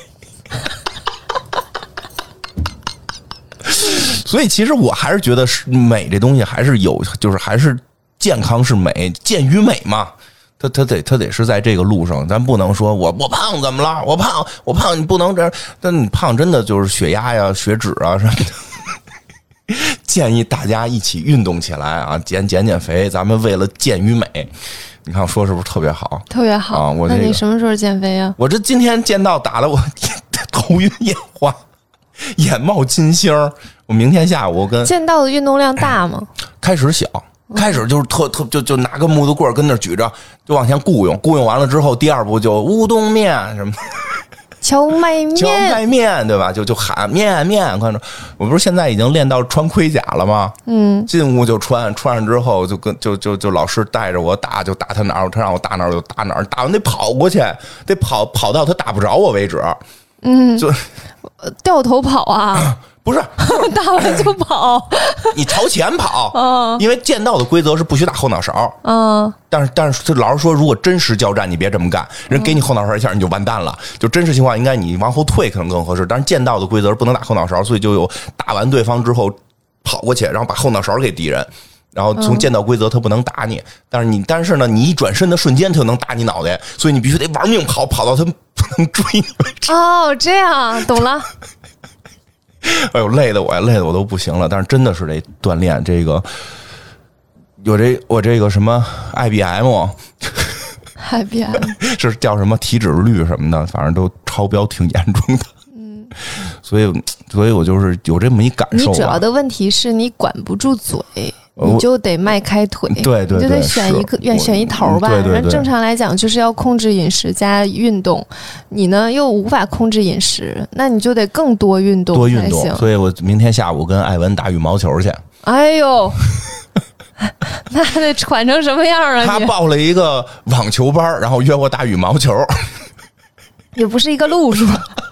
所以其实我还是觉得美这东西还是有，就是还是健康是美，健与美嘛。他得是在这个路上，咱不能说我胖怎么了？我胖你不能这样，但你胖真的就是血压呀、血脂啊什么的。建议大家一起运动起来啊，减肥，咱们为了健与美。你看我说是不是特别好？ 特别好啊！那你什么时候减肥啊？ 我这今天剑道打了我头晕眼花，眼冒金星。我明天下午我跟剑道的运动量大吗？ 开始小，开始就是就拿个木头棍跟那举着，就往前雇佣完了之后，第二步就乌冬面什么荞麦面，对吧？就喊面，看着我不是现在已经练到穿盔甲了吗？进屋就穿上之后就老师带着我打，就打他哪儿，他让我打哪儿就打哪儿，打完得跑过去，得跑到他打不着我为止。就掉头跑啊。 不是打完就跑， 你朝前跑，因为剑道的规则是不许打后脑勺，但是这老师说，如果真实交战，你别这么干，人给你后脑勺一下你就完蛋了。就真实情况，应该你往后退可能更合适。但是剑道的规则是不能打后脑勺，所以就有打完对方之后跑过去，然后把后脑勺给敌人。然后从剑道规则他不能打你，但是呢，你一转身的瞬间他就能打你脑袋，所以你必须得玩命跑到他不能追你为止。 哦，这样懂了。 哎呦，累的我都不行了。但是真的是得锻炼这个，我这个什么 IBM 是叫什么体脂率什么的，反正都超标挺严重的。所以我就是有这么一感受。 你主要的问题是你管不住嘴。你就得迈开腿， 对， 你就得选一头吧。 对， 正常来讲就是要控制饮食加运动，你呢又无法控制饮食，那你就得更多运动才行。 所以我明天下午跟艾文打羽毛球去。 哎呦，那得喘成什么样啊？ 他报了一个网球班，然后约我打羽毛球， 也不是一个路数。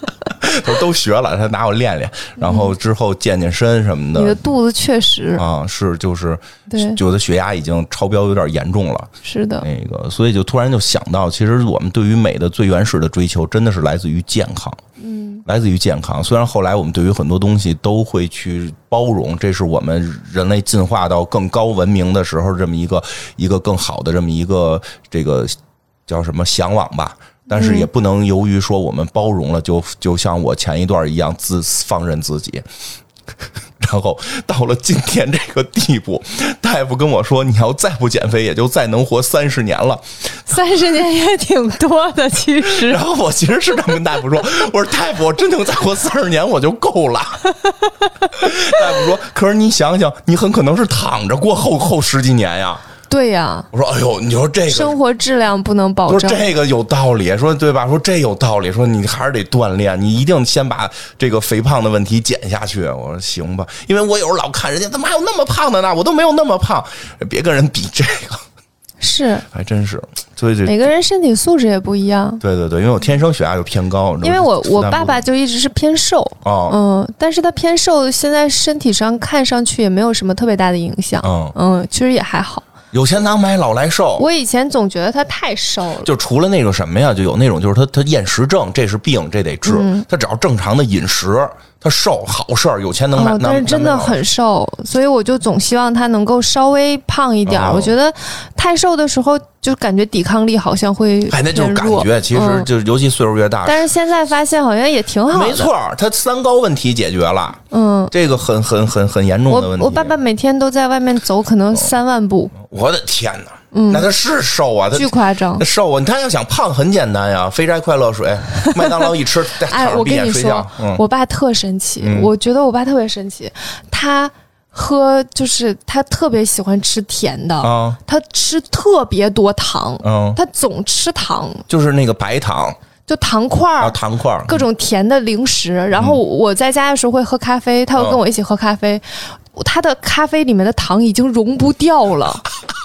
他说都学了，他拿我练练，然后之后健健身什么的。 你的肚子确实啊，是就是对， 我的血压已经超标有点严重了。 是的， 那个，所以就突然就想到，其实我们对于美的最原始的追求，真的是来自于健康。来自于健康。虽然后来我们对于很多东西都会去包容，这是我们人类进化到更高文明的时候这么一个更好的这么一个这个叫什么向往吧。但是也不能由于说我们包容了，就像我前一段一样放任自己。然后到了今天这个地步，大夫跟我说，你要再不减肥，也就再能活30年了。 30年也挺多的，其实。 然后我其实是这么跟大夫说，我说大夫，我真能再活30年我就够了。大夫说，可是你想想，你很可能是躺着过后10几年呀。 对呀， 我说哎呦，你说这个生活质量不能保证， 说这个有道理，说对吧？说这有道理，说你还是得锻炼，你一定先把这个肥胖的问题减下去。我说行吧，因为我有时候老看人家怎么还有那么胖的呢，我都没有那么胖，别跟人比这个。 是， 还真是，所以每个人身体素质也不一样。 对对对，因为我天生血压就偏高， 因为我爸爸就一直是偏瘦，但是他偏瘦，现在身体上看上去也没有什么特别大的影响，其实也还好。 有钱难买老来瘦。 我以前总觉得他太瘦了， 就除了那个什么呀，就有那种就是他厌食症，这是病，这得治。他只要正常的饮食，他瘦好事儿，有钱能买。 但是真的很瘦，所以我就总希望他能够稍微胖一点。我觉得太瘦的时候，就感觉抵抗力好像会那就是感觉，其实就是尤其岁数越大。 但是现在发现好像也挺好的。 没错，他3高问题解决了。这个很严重的问题。 我爸爸每天都在外面走，可能3万步。 我的天哪！那他是瘦啊，他巨夸张。 他瘦啊，他要想胖很简单呀，肥宅快乐水，麦当劳一吃， 我跟你说，我爸特神奇，我觉得我爸特别神奇，他特别喜欢吃甜的，他吃特别多糖，他总吃糖， 就是那个白糖。 就糖块儿，各种甜的零食。然后我在家的时候会喝咖啡，他会跟我一起喝咖啡，他的咖啡里面的糖已经溶不掉了。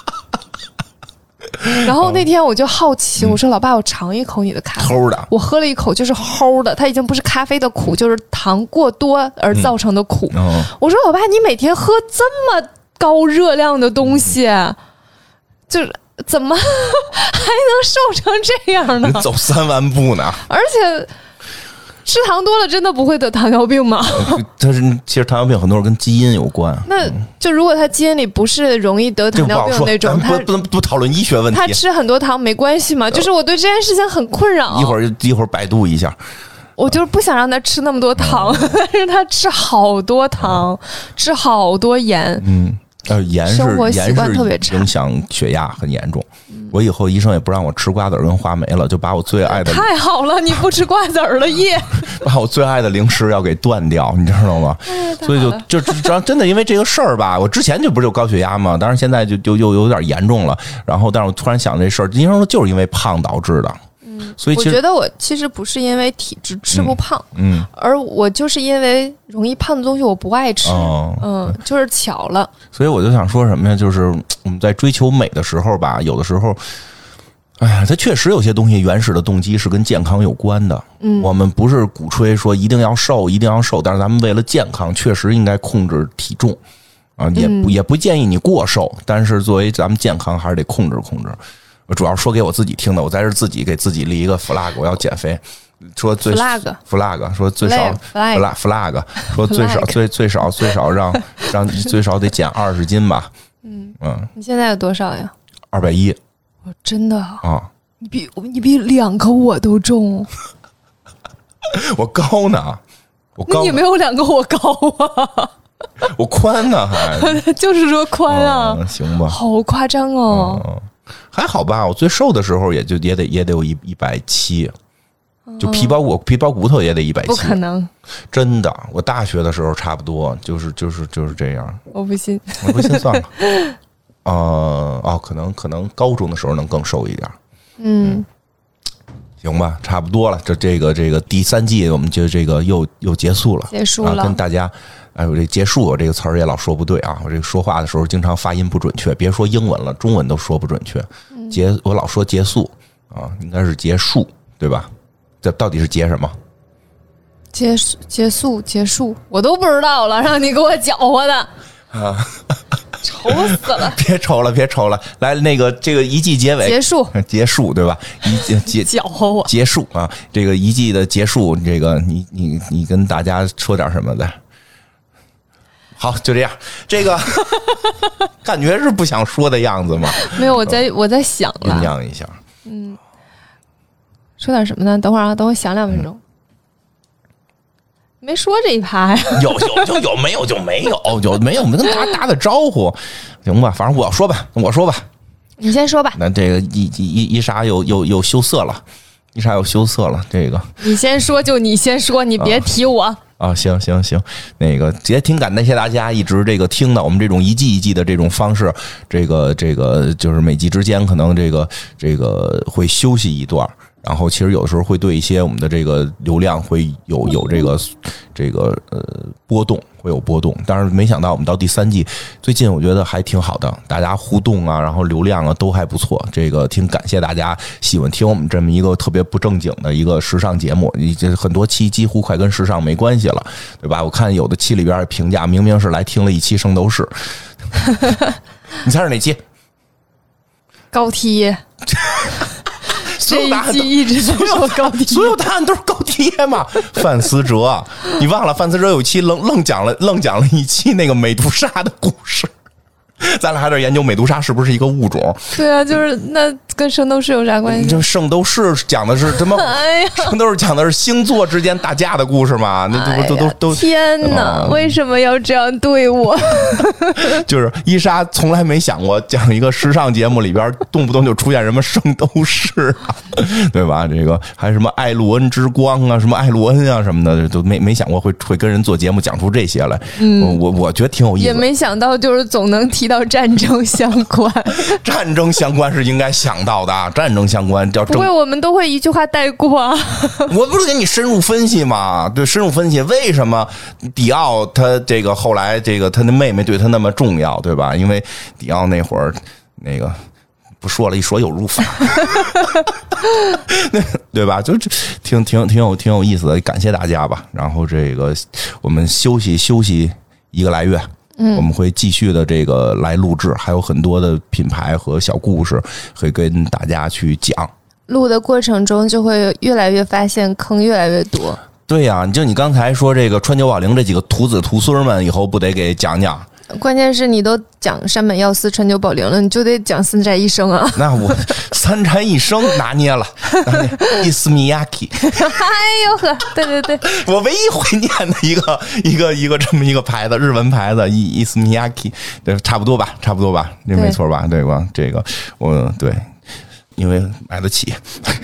然后那天我就好奇，我说老爸，我尝一口你的咖啡。 齁的， 我喝了一口就是齁的，它已经不是咖啡的苦，就是糖过多而造成的苦。我说老爸，你每天喝这么高热量的东西，就是怎么还能瘦成这样呢？ 走3万步呢？ 而且吃糖多了真的不会得糖尿病吗？ 其实糖尿病很多人跟基因有关。 那就如果他基因里不是容易得糖尿病的那种，他不讨论医学问题。 他吃很多糖没关系吗？就是我对这件事情很困扰。 一会儿百度一下。 我就是不想让他吃那么多糖，但是他吃好多糖，吃好多盐。 盐是影响血压很严重。我以后医生也不让我吃瓜子跟话梅了，就把我最爱的太好了，你不吃瓜子了耶！ 把我最爱的零食要给断掉，你知道吗？所以就真的因为这个事儿吧，我之前就不是有高血压嘛，但是现在就又有点严重了。然后，但是我突然想这事儿，医生说就是因为胖导致的。所以我觉得我其实不是因为体质吃不胖，而我就是因为容易胖的东西我不爱吃，就是巧了。 所以我就想说什么呀？就是我们在追求美的时候吧，有的时候，哎呀，它确实有些东西原始的动机是跟健康有关的。我们不是鼓吹说一定要瘦，一定要瘦，但是咱们为了健康，确实应该控制体重啊，也不建议你过瘦，但是作为咱们健康，还是得控制控制。我主要说给我自己听的，我在这自己给自己立一个 flag， 我要减肥。说flag 说最少 flag 说最少让最少得减20斤吧。 你现在有多少呀 ？210。 真的啊？你比2个我都重。 我高呢， 那你没有2个我高啊？ 我宽呢，还就是说宽啊， 行吧？ 好夸张哦。 还好吧，我最瘦的时候也得有170，就皮包骨头也得170。 不可能， 真的，我大学的时候差不多就是这样。 我不信， 算了。可能高中的时候能更瘦一点。行吧，差不多了。这个第3季我们就这个又结束了，跟大家。我这结束我这个词儿也老说不对啊！我这个说话的时候经常发音不准确，别说英文了，中文都说不准确。我老说结束啊，应该是结束，对吧？这到底是结什么？ 结束，我都不知道了，让你给我搅和的啊！愁死了！ 别愁了，来那个这个一季结尾结束对吧？ 搅和我结束啊！这个一季的结束，这个你跟大家说点什么的？好，就这样。这个感觉是不想说的样子吗？ 没有，我在想了， 酝酿一下。 说点什么呢？等会儿啊，等我想2分钟。没说这一趴呀？ 有没有就没有，有没有我们跟大家打招呼，行吧？反正我说吧， 你先说吧。 那这个伊莎又羞涩了，这个你先说，你先说，你别提我。 行，那个也挺感谢大家一直这个听到我们这种一季一季的这种方式，这个就是每季之间可能这个会休息一段。然后其实有的时候会对一些我们的这个流量会有这个波动，会有波动。但是没想到我们到第3季，最近我觉得还挺好的，大家互动啊，然后流量啊都还不错。这个挺感谢大家喜欢听我们这么一个特别不正经的一个时尚节目，很多期几乎快跟时尚没关系了，对吧？我看有的期里边评价明明是来听了一期圣斗士，你猜是哪期？ 高梯。这一季一直都是高低， 所有答案都是高低嘛？范思哲，你忘了范思哲有一期愣讲了一期那个美杜莎的故事。咱俩还得研究美杜莎是不是一个物种？ 对啊，就是那跟圣斗士有啥关系？ 就圣斗士讲的是什么？圣斗士讲的是星座之间打架的故事嘛？那都天哪！为什么要这样对我？ 就是伊莎从来没想过讲一个时尚节目里边动不动就出现什么圣斗士啊，对吧？这个还什么艾露恩之光啊，什么艾露恩啊什么的，都没想过会跟人做节目讲出这些来。我觉得挺有意思的， 也没想到就是总能提到战争相关。 战争相关是应该想到的啊，战争相关叫不会，我们都会一句话带过啊。 我不是给你深入分析吗？对，深入分析为什么迪奥他这个后来这个他的妹妹对他那么重要，对吧？因为迪奥那会儿那个不说了，一说有入法，对吧？就挺有意思的，感谢大家吧。然后这个我们休息1个来月。我们会继续的这个来录制，还有很多的品牌和小故事会跟大家去讲。 录的过程中就会越来越发现坑越来越多。 对呀，就你刚才说这个川久保玲这几个徒子徒孙们，以后不得给讲讲？ 关键是你都讲山本耀司、川久保玲了，你就得讲三宅一生啊。 那我三宅一生拿捏了，伊斯米亚基。 哎呦呵，对， 我唯一会念的一个这么一个牌子，日文牌子伊斯米亚基，对，差不多吧，这没错吧？对吧？这个我对，因为买得起。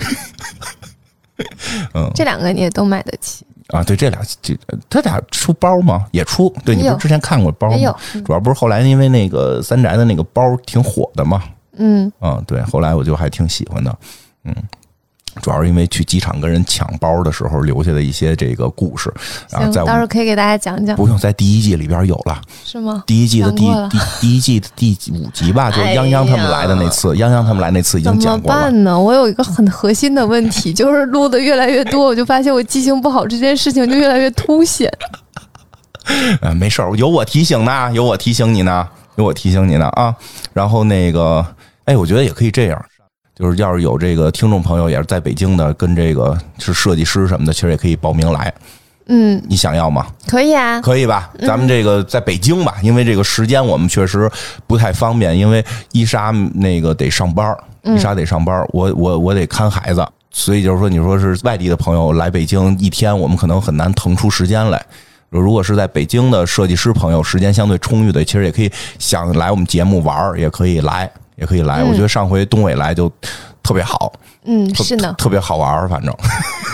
这2个你也都买得起。 啊，对，他俩出包吗？也出。对，你不是之前看过包吗？主要不是后来因为那个三宅的那个包挺火的嘛。对，后来我就还挺喜欢的。主要是因为去机场跟人抢包的时候留下的一些这个故事。 行，到时候可以给大家讲讲。 不用，在第1季里边有了。 是吗？ 第1季的第1季的第5集吧，就是泱泱他们来的那次，泱泱他们来那次已经讲过了。 怎么办呢？我有一个很核心的问题，就是录的越来越多，我就发现我记性不好这件事情就越来越凸显。 没事儿，有我提醒你呢啊。然后那个，我觉得也可以这样。就是要是有这个听众朋友也是在北京的，跟这个是设计师什么的，其实也可以报名来。你想要吗？ 可以啊， 可以吧？咱们这个在北京吧，因为这个时间我们确实不太方便，因为伊莎那个得上班，我得看孩子，所以就是说，你说是外地的朋友来北京一天，我们可能很难腾出时间来。如果是在北京的设计师朋友，时间相对充裕的，其实也可以想来我们节目玩，也可以来。我觉得上回东伟来就特别好， 是呢， 特别好玩，反正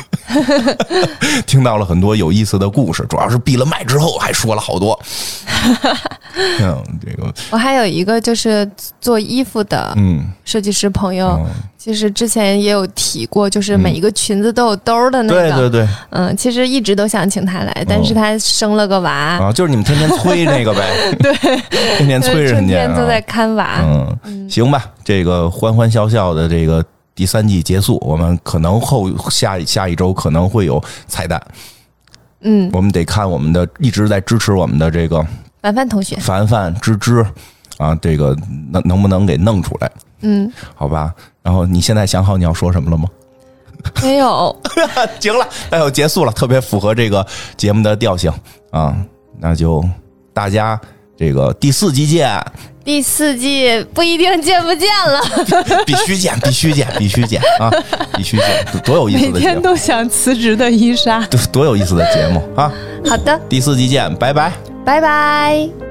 听到了很多有意思的故事，主要是闭了麦之后还说了好多。这个我还有一个就是做衣服的设计师朋友，其实之前也有提过，就是每一个裙子都有兜的那个， 对， 其实一直都想请他来，但是他生了个娃啊，就是你们天天催那个呗， 对， 天天催人家， 天天都在看娃， 行吧，这个欢欢笑笑的这个第3季结束，我们可能下一周可能会有彩蛋。 我们得看我们的一直在支持我们的这个凡凡同学， 凡芝啊，这个能不能给弄出来？好吧。然后你现在想好你要说什么了吗？ 没有。 行了，那就结束了，特别符合这个节目的调性啊。那就大家这个第4季见。 第4季不一定见不见了。 必须见啊！必须见，多有意思的节目！ 每天都想辞职的伊莎， 多有意思的节目啊！ 好的， 第4季见，拜拜， 拜拜。